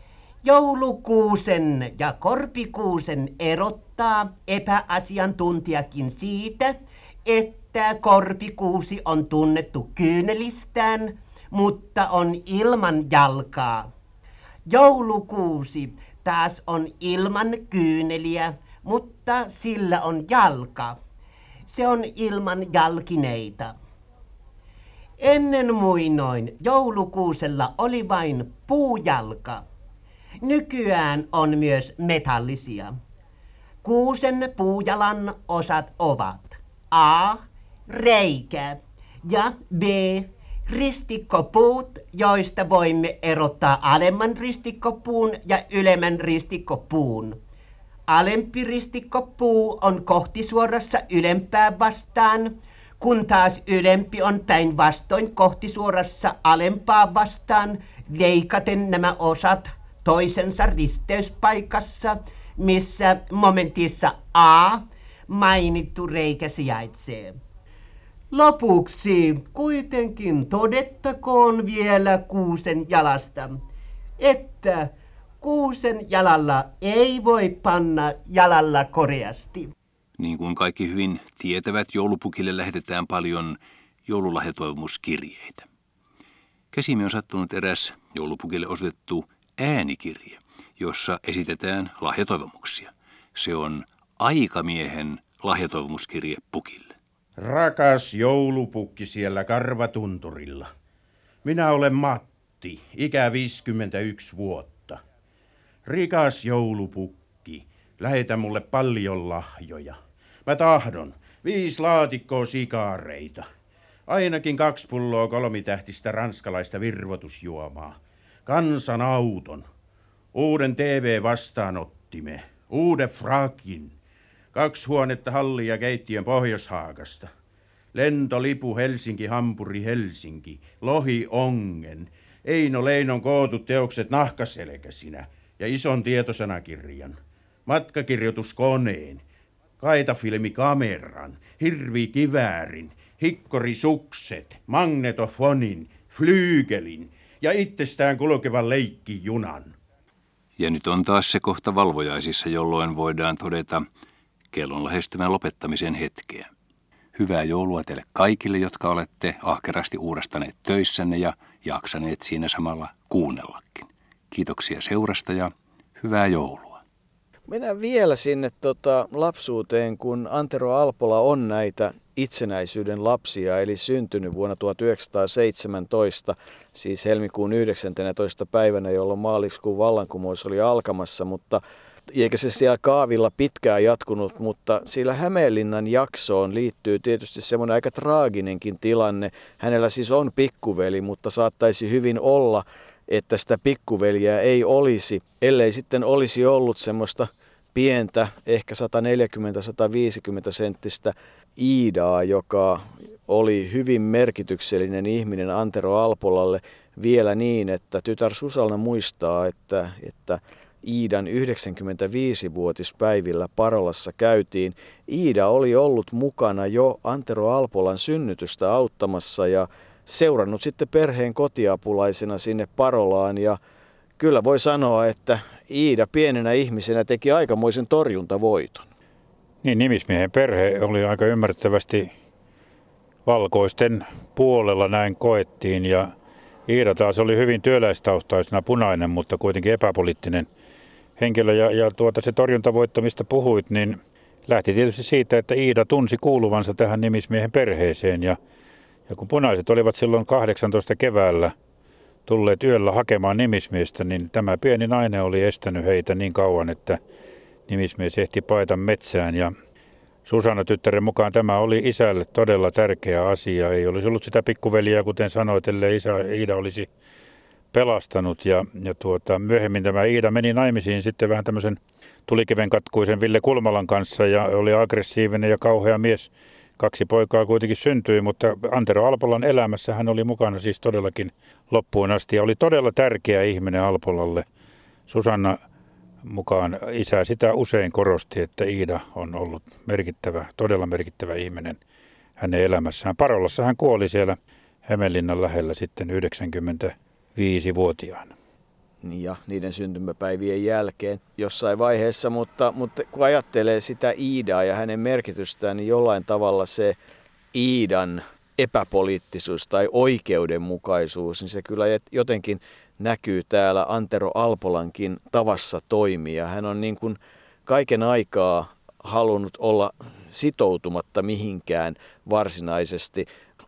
Joulukuusen ja korpikuusen erottaa epäasiantuntijakin siitä, että korpikuusi on tunnettu kyynelistään, mutta on ilman jalkaa. Joulukuusi taas on ilman kyyneliä, mutta sillä on jalka. Se on ilman jalkineita. Ennen muinoin joulukuusella oli vain puujalka. Nykyään on myös metallisia. Kuusen puujalan osat ovat A. Reikä ja B. Ristikkopuut, joista voimme erottaa alemman ristikkopuun ja ylemmän ristikkopuun. Alempi ristikkopuu on kohtisuorassa ylempää vastaan, kun taas ylempi on päinvastoin kohtisuorassa alempaa vastaan, leikaten nämä osat toisensa risteyspaikassa, missä momentissa A mainittu reikä sijaitsee. Lopuksi kuitenkin todettakoon vielä kuusen jalasta, että kuusen jalalla ei voi panna jalalla koreasti. Niin kuin kaikki hyvin tietävät, joulupukille lähetetään paljon joululahjatoivomuskirjeitä. Käsimme on sattunut eräs joulupukille osoitettu äänikirje, jossa esitetään lahjatoivomuksia. Se on aikamiehen lahjatoivomuskirje pukille. Rakas joulupukki siellä Karvatunturilla. Minä olen Matti, ikä viisikymmentäyksi vuotta. Rikas joulupukki, lähetä mulle paljon lahjoja. Mä tahdon viisi laatikkoa sikaareita. Ainakin kaksi pulloa kolmitähtistä ranskalaista virvoitusjuomaa. Kansanauton. Uuden T V-vastaanottimen. Uuden frakin. Kaksi huonetta halli- ja keittiön Pohjoishaakasta. Lentolipu Helsinki-Hampuri-Helsinki. Lohi-Ongen. Eino Leinon kootut teokset nahkaselkäsinä ja ison tietosanakirjan. Matkakirjoituskoneen. Kaitafilmikameran. Hirvikiväärin. Hikkorisukset. Magnetofonin. Flyygelin. Ja itsestään kulkevan leikkijunan. Ja nyt on taas se kohta valvojaisissa, jolloin voidaan todeta kellon lähestymään lopettamisen hetkeä. Hyvää joulua teille kaikille, jotka olette ahkerasti uurastaneet töissänne ja jaksaneet siinä samalla kuunnellakin. Kiitoksia seurasta ja hyvää joulua. Mennään vielä sinne tota, lapsuuteen, kun Antero Alpola on näitä itsenäisyyden lapsia, eli syntynyt vuonna tuhatyhdeksänsataaseitsemäntoista, siis helmikuun yhdeksäntenätoista päivänä, jolloin maaliskuun vallankumous oli alkamassa, mutta eikä se siellä kaavilla pitkään jatkunut, mutta sillä Hämeenlinnan jaksoon liittyy tietysti semmoinen aika traaginenkin tilanne. Hänellä siis on pikkuveli, mutta saattaisi hyvin olla, että sitä pikkuveliä ei olisi, ellei sitten olisi ollut semmoista pientä, ehkä sata neljäkymmentä sata viisikymmentä senttistä Iidaa, joka oli hyvin merkityksellinen ihminen Antero Alpolalle vielä niin, että tytär Susanna muistaa, että, että Iidan yhdeksänkymmentäviisivuotispäivillä Parolassa käytiin. Iida oli ollut mukana jo Antero Alpolan synnytystä auttamassa ja seurannut sitten perheen kotiapulaisena sinne Parolaan. Ja kyllä voi sanoa, että Iida pienenä ihmisenä teki aikamoisen torjuntavoiton. Niin, nimismiehen perhe oli aika ymmärrettävästi valkoisten puolella, näin koettiin. Ja Iida taas oli hyvin työläistaustaisena punainen, mutta kuitenkin epäpoliittinen henkilö. Ja, ja tuota, se torjuntavoitto, mistä puhuit, niin lähti tietysti siitä, että Iida tunsi kuuluvansa tähän nimismiehen perheeseen. Ja, ja kun punaiset olivat silloin kahdeksantoista keväällä tulleet yöllä hakemaan nimismiestä, niin tämä pieni nainen oli estänyt heitä niin kauan, että nimismies ehti paeta metsään. Ja Susanna tyttären mukaan tämä oli isälle todella tärkeä asia. Ei olisi ollut sitä pikkuveliä, kuten sanoit, ellei isä Iida olisi pelastanut. Ja, ja tuota, myöhemmin tämä Iida meni naimisiin sitten vähän tämmöisen tulikiven katkuisen Ville Kulmalan kanssa ja oli aggressiivinen ja kauhea mies. Kaksi poikaa kuitenkin syntyi, mutta Antero Alpolan elämässä hän oli mukana siis todellakin loppuun asti ja oli todella tärkeä ihminen Alpolalle. Susanna mukaan isä sitä usein korosti, että Iida on ollut merkittävä, todella merkittävä ihminen hänen elämässään. Parolassa hän kuoli siellä Hämeenlinnan lähellä sitten yhdeksänkymmentäviisivuotiaana. Ja niiden syntymäpäivien jälkeen jossain vaiheessa, mutta, mutta kun ajattelee sitä Iidaa ja hänen merkitystään, niin jollain tavalla se Iidan epäpoliittisuus tai oikeudenmukaisuus, niin se kyllä jotenkin näkyy täällä Antero Alpolankin tavassa toimia. Hän on niin kuin kaiken aikaa halunnut olla sitoutumatta mihinkään varsinaisesti.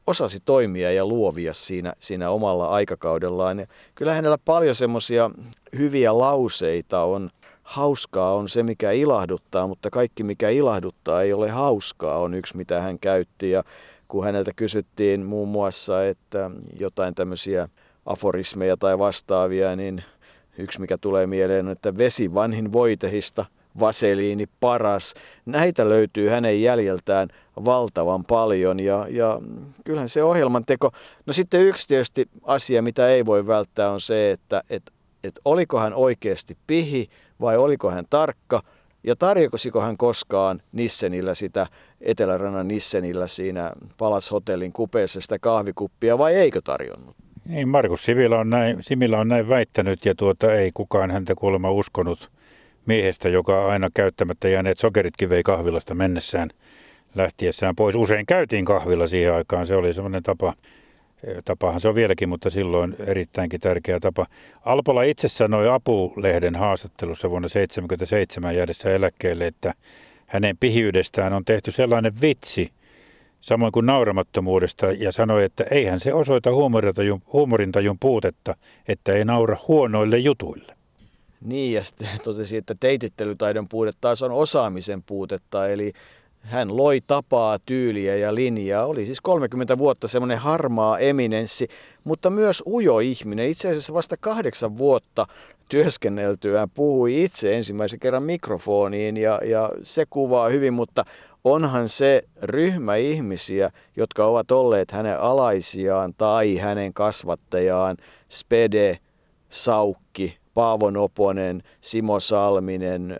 osasi toimia ja luovia siinä, siinä omalla aikakaudellaan. Ja kyllä hänellä paljon semmoisia hyviä lauseita on. Hauskaa on se, mikä ilahduttaa, mutta kaikki, mikä ilahduttaa, ei ole hauskaa, on yksi, mitä hän käytti. Ja kun häneltä kysyttiin muun muassa, että jotain tämmöisiä aforismeja tai vastaavia, niin yksi, mikä tulee mieleen, on, että vesi vanhin voitehista, vaseliini paras. Näitä löytyy hänen jäljeltään valtavan paljon ja, ja kyllähän se ohjelman teko. No sitten yksi tietysti asia, mitä ei voi välttää, on se, että et, et oliko hän oikeasti pihi vai oliko hän tarkka ja tarjosiko hän koskaan Nissenillä sitä Etelärannan Nissenillä siinä Palas Hotellin kupeessa sitä kahvikuppia vai eikö tarjonnut? Niin, Markus Similä on näin, Similä on näin väittänyt ja tuota ei kukaan häntä kuulemma uskonut miehestä, joka aina käyttämättä jääneet sokeritkin vei kahvilasta mennessään lähtiessään pois. Usein käytiin kahvilla siihen aikaan, se oli semmoinen tapa, tapahan se on vieläkin, mutta silloin erittäinkin tärkeä tapa. Alpola itse sanoi Apu-lehden haastattelussa vuonna tuhatyhdeksänsataaseitsemänkymmentäseitsemän jäädessä eläkkeelle, että hänen pihiydestään on tehty sellainen vitsi, samoin kuin nauramattomuudesta, ja sanoi, että eihän se osoita huumorintajun, huumorintajun puutetta, että ei naura huonoille jutuille. Niin, ja sitten totesi, että teitittelytaidon puute taas on osaamisen puutetta, eli hän loi tapaa, tyyliä ja linjaa. Oli siis kolmekymmentä vuotta semmoinen harmaa eminenssi, mutta myös ujo ihminen. Itse asiassa vasta kahdeksan vuotta työskenneltyään puhui itse ensimmäisen kerran mikrofoniin, ja, ja se kuvaa hyvin, mutta onhan se ryhmä ihmisiä, jotka ovat olleet hänen alaisiaan tai hänen kasvattajaan, Spede, Saukki, Paavo Noponen, Simo Salminen,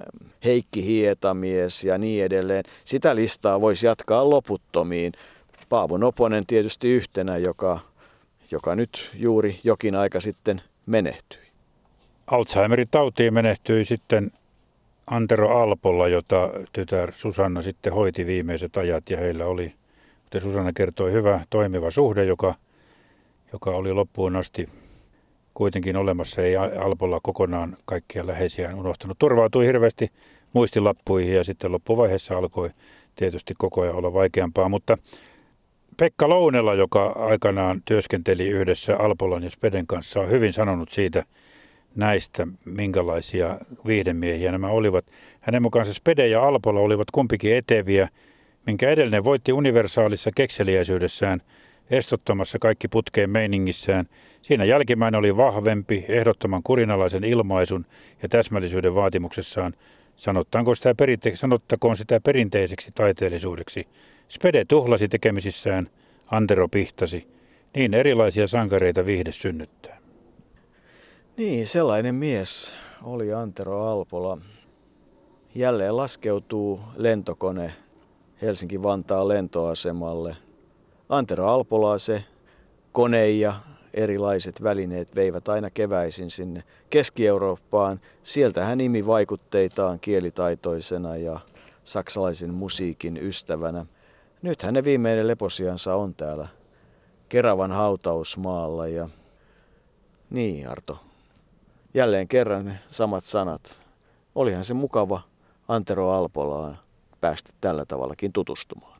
Heikki Hietamies ja niin edelleen. Sitä listaa voisi jatkaa loputtomiin. Paavo Noponen tietysti yhtenä, joka, joka nyt juuri jokin aika sitten menehtyi. Alzheimerin tautiin menehtyi sitten Antero Alpola, jota tytär Susanna sitten hoiti viimeiset ajat ja heillä oli, kuten Susanna kertoi, hyvä toimiva suhde, joka, joka oli loppuun asti kuitenkin olemassa. Ei Alpola kokonaan kaikkia läheisiään unohtanut. Turvautui hirveästi muistilappuihin ja sitten loppuvaiheessa alkoi tietysti koko ajan olla vaikeampaa. Mutta Pekka Lounela, joka aikanaan työskenteli yhdessä Alpolan ja Speden kanssa, on hyvin sanonut siitä näistä, minkälaisia viihdemiehiä nämä olivat. Hänen mukaansa Spede ja Alpola olivat kumpikin eteviä, minkä edellinen voitti universaalissa kekseliäisyydessään, estottamassa kaikki putkeen meiningissään. Siinä jälkimmäinen oli vahvempi, ehdottoman kurinalaisen ilmaisun ja täsmällisyyden vaatimuksessaan. Sanottakoon sitä, perinte- sanottakoon sitä perinteiseksi taiteellisuudeksi. Spede tuhlasi tekemisissään, Antero pihtasi. Niin erilaisia sankareita viihde synnyttää. Niin, sellainen mies oli Antero Alpola. Jälleen laskeutuu lentokone Helsinki-Vantaan lentoasemalle. Antero Alpolaa se kone ja erilaiset välineet veivät aina keväisin sinne Keski-Eurooppaan. Sieltä hän imi vaikutteitaan kielitaitoisena ja saksalaisen musiikin ystävänä. Nyt hänen viimeinen leposiansa on täällä Keravan hautausmaalla. Ja niin, Arto, jälleen kerran ne samat sanat. Olihan se mukava Antero Alpolaan päästä tällä tavallakin tutustumaan.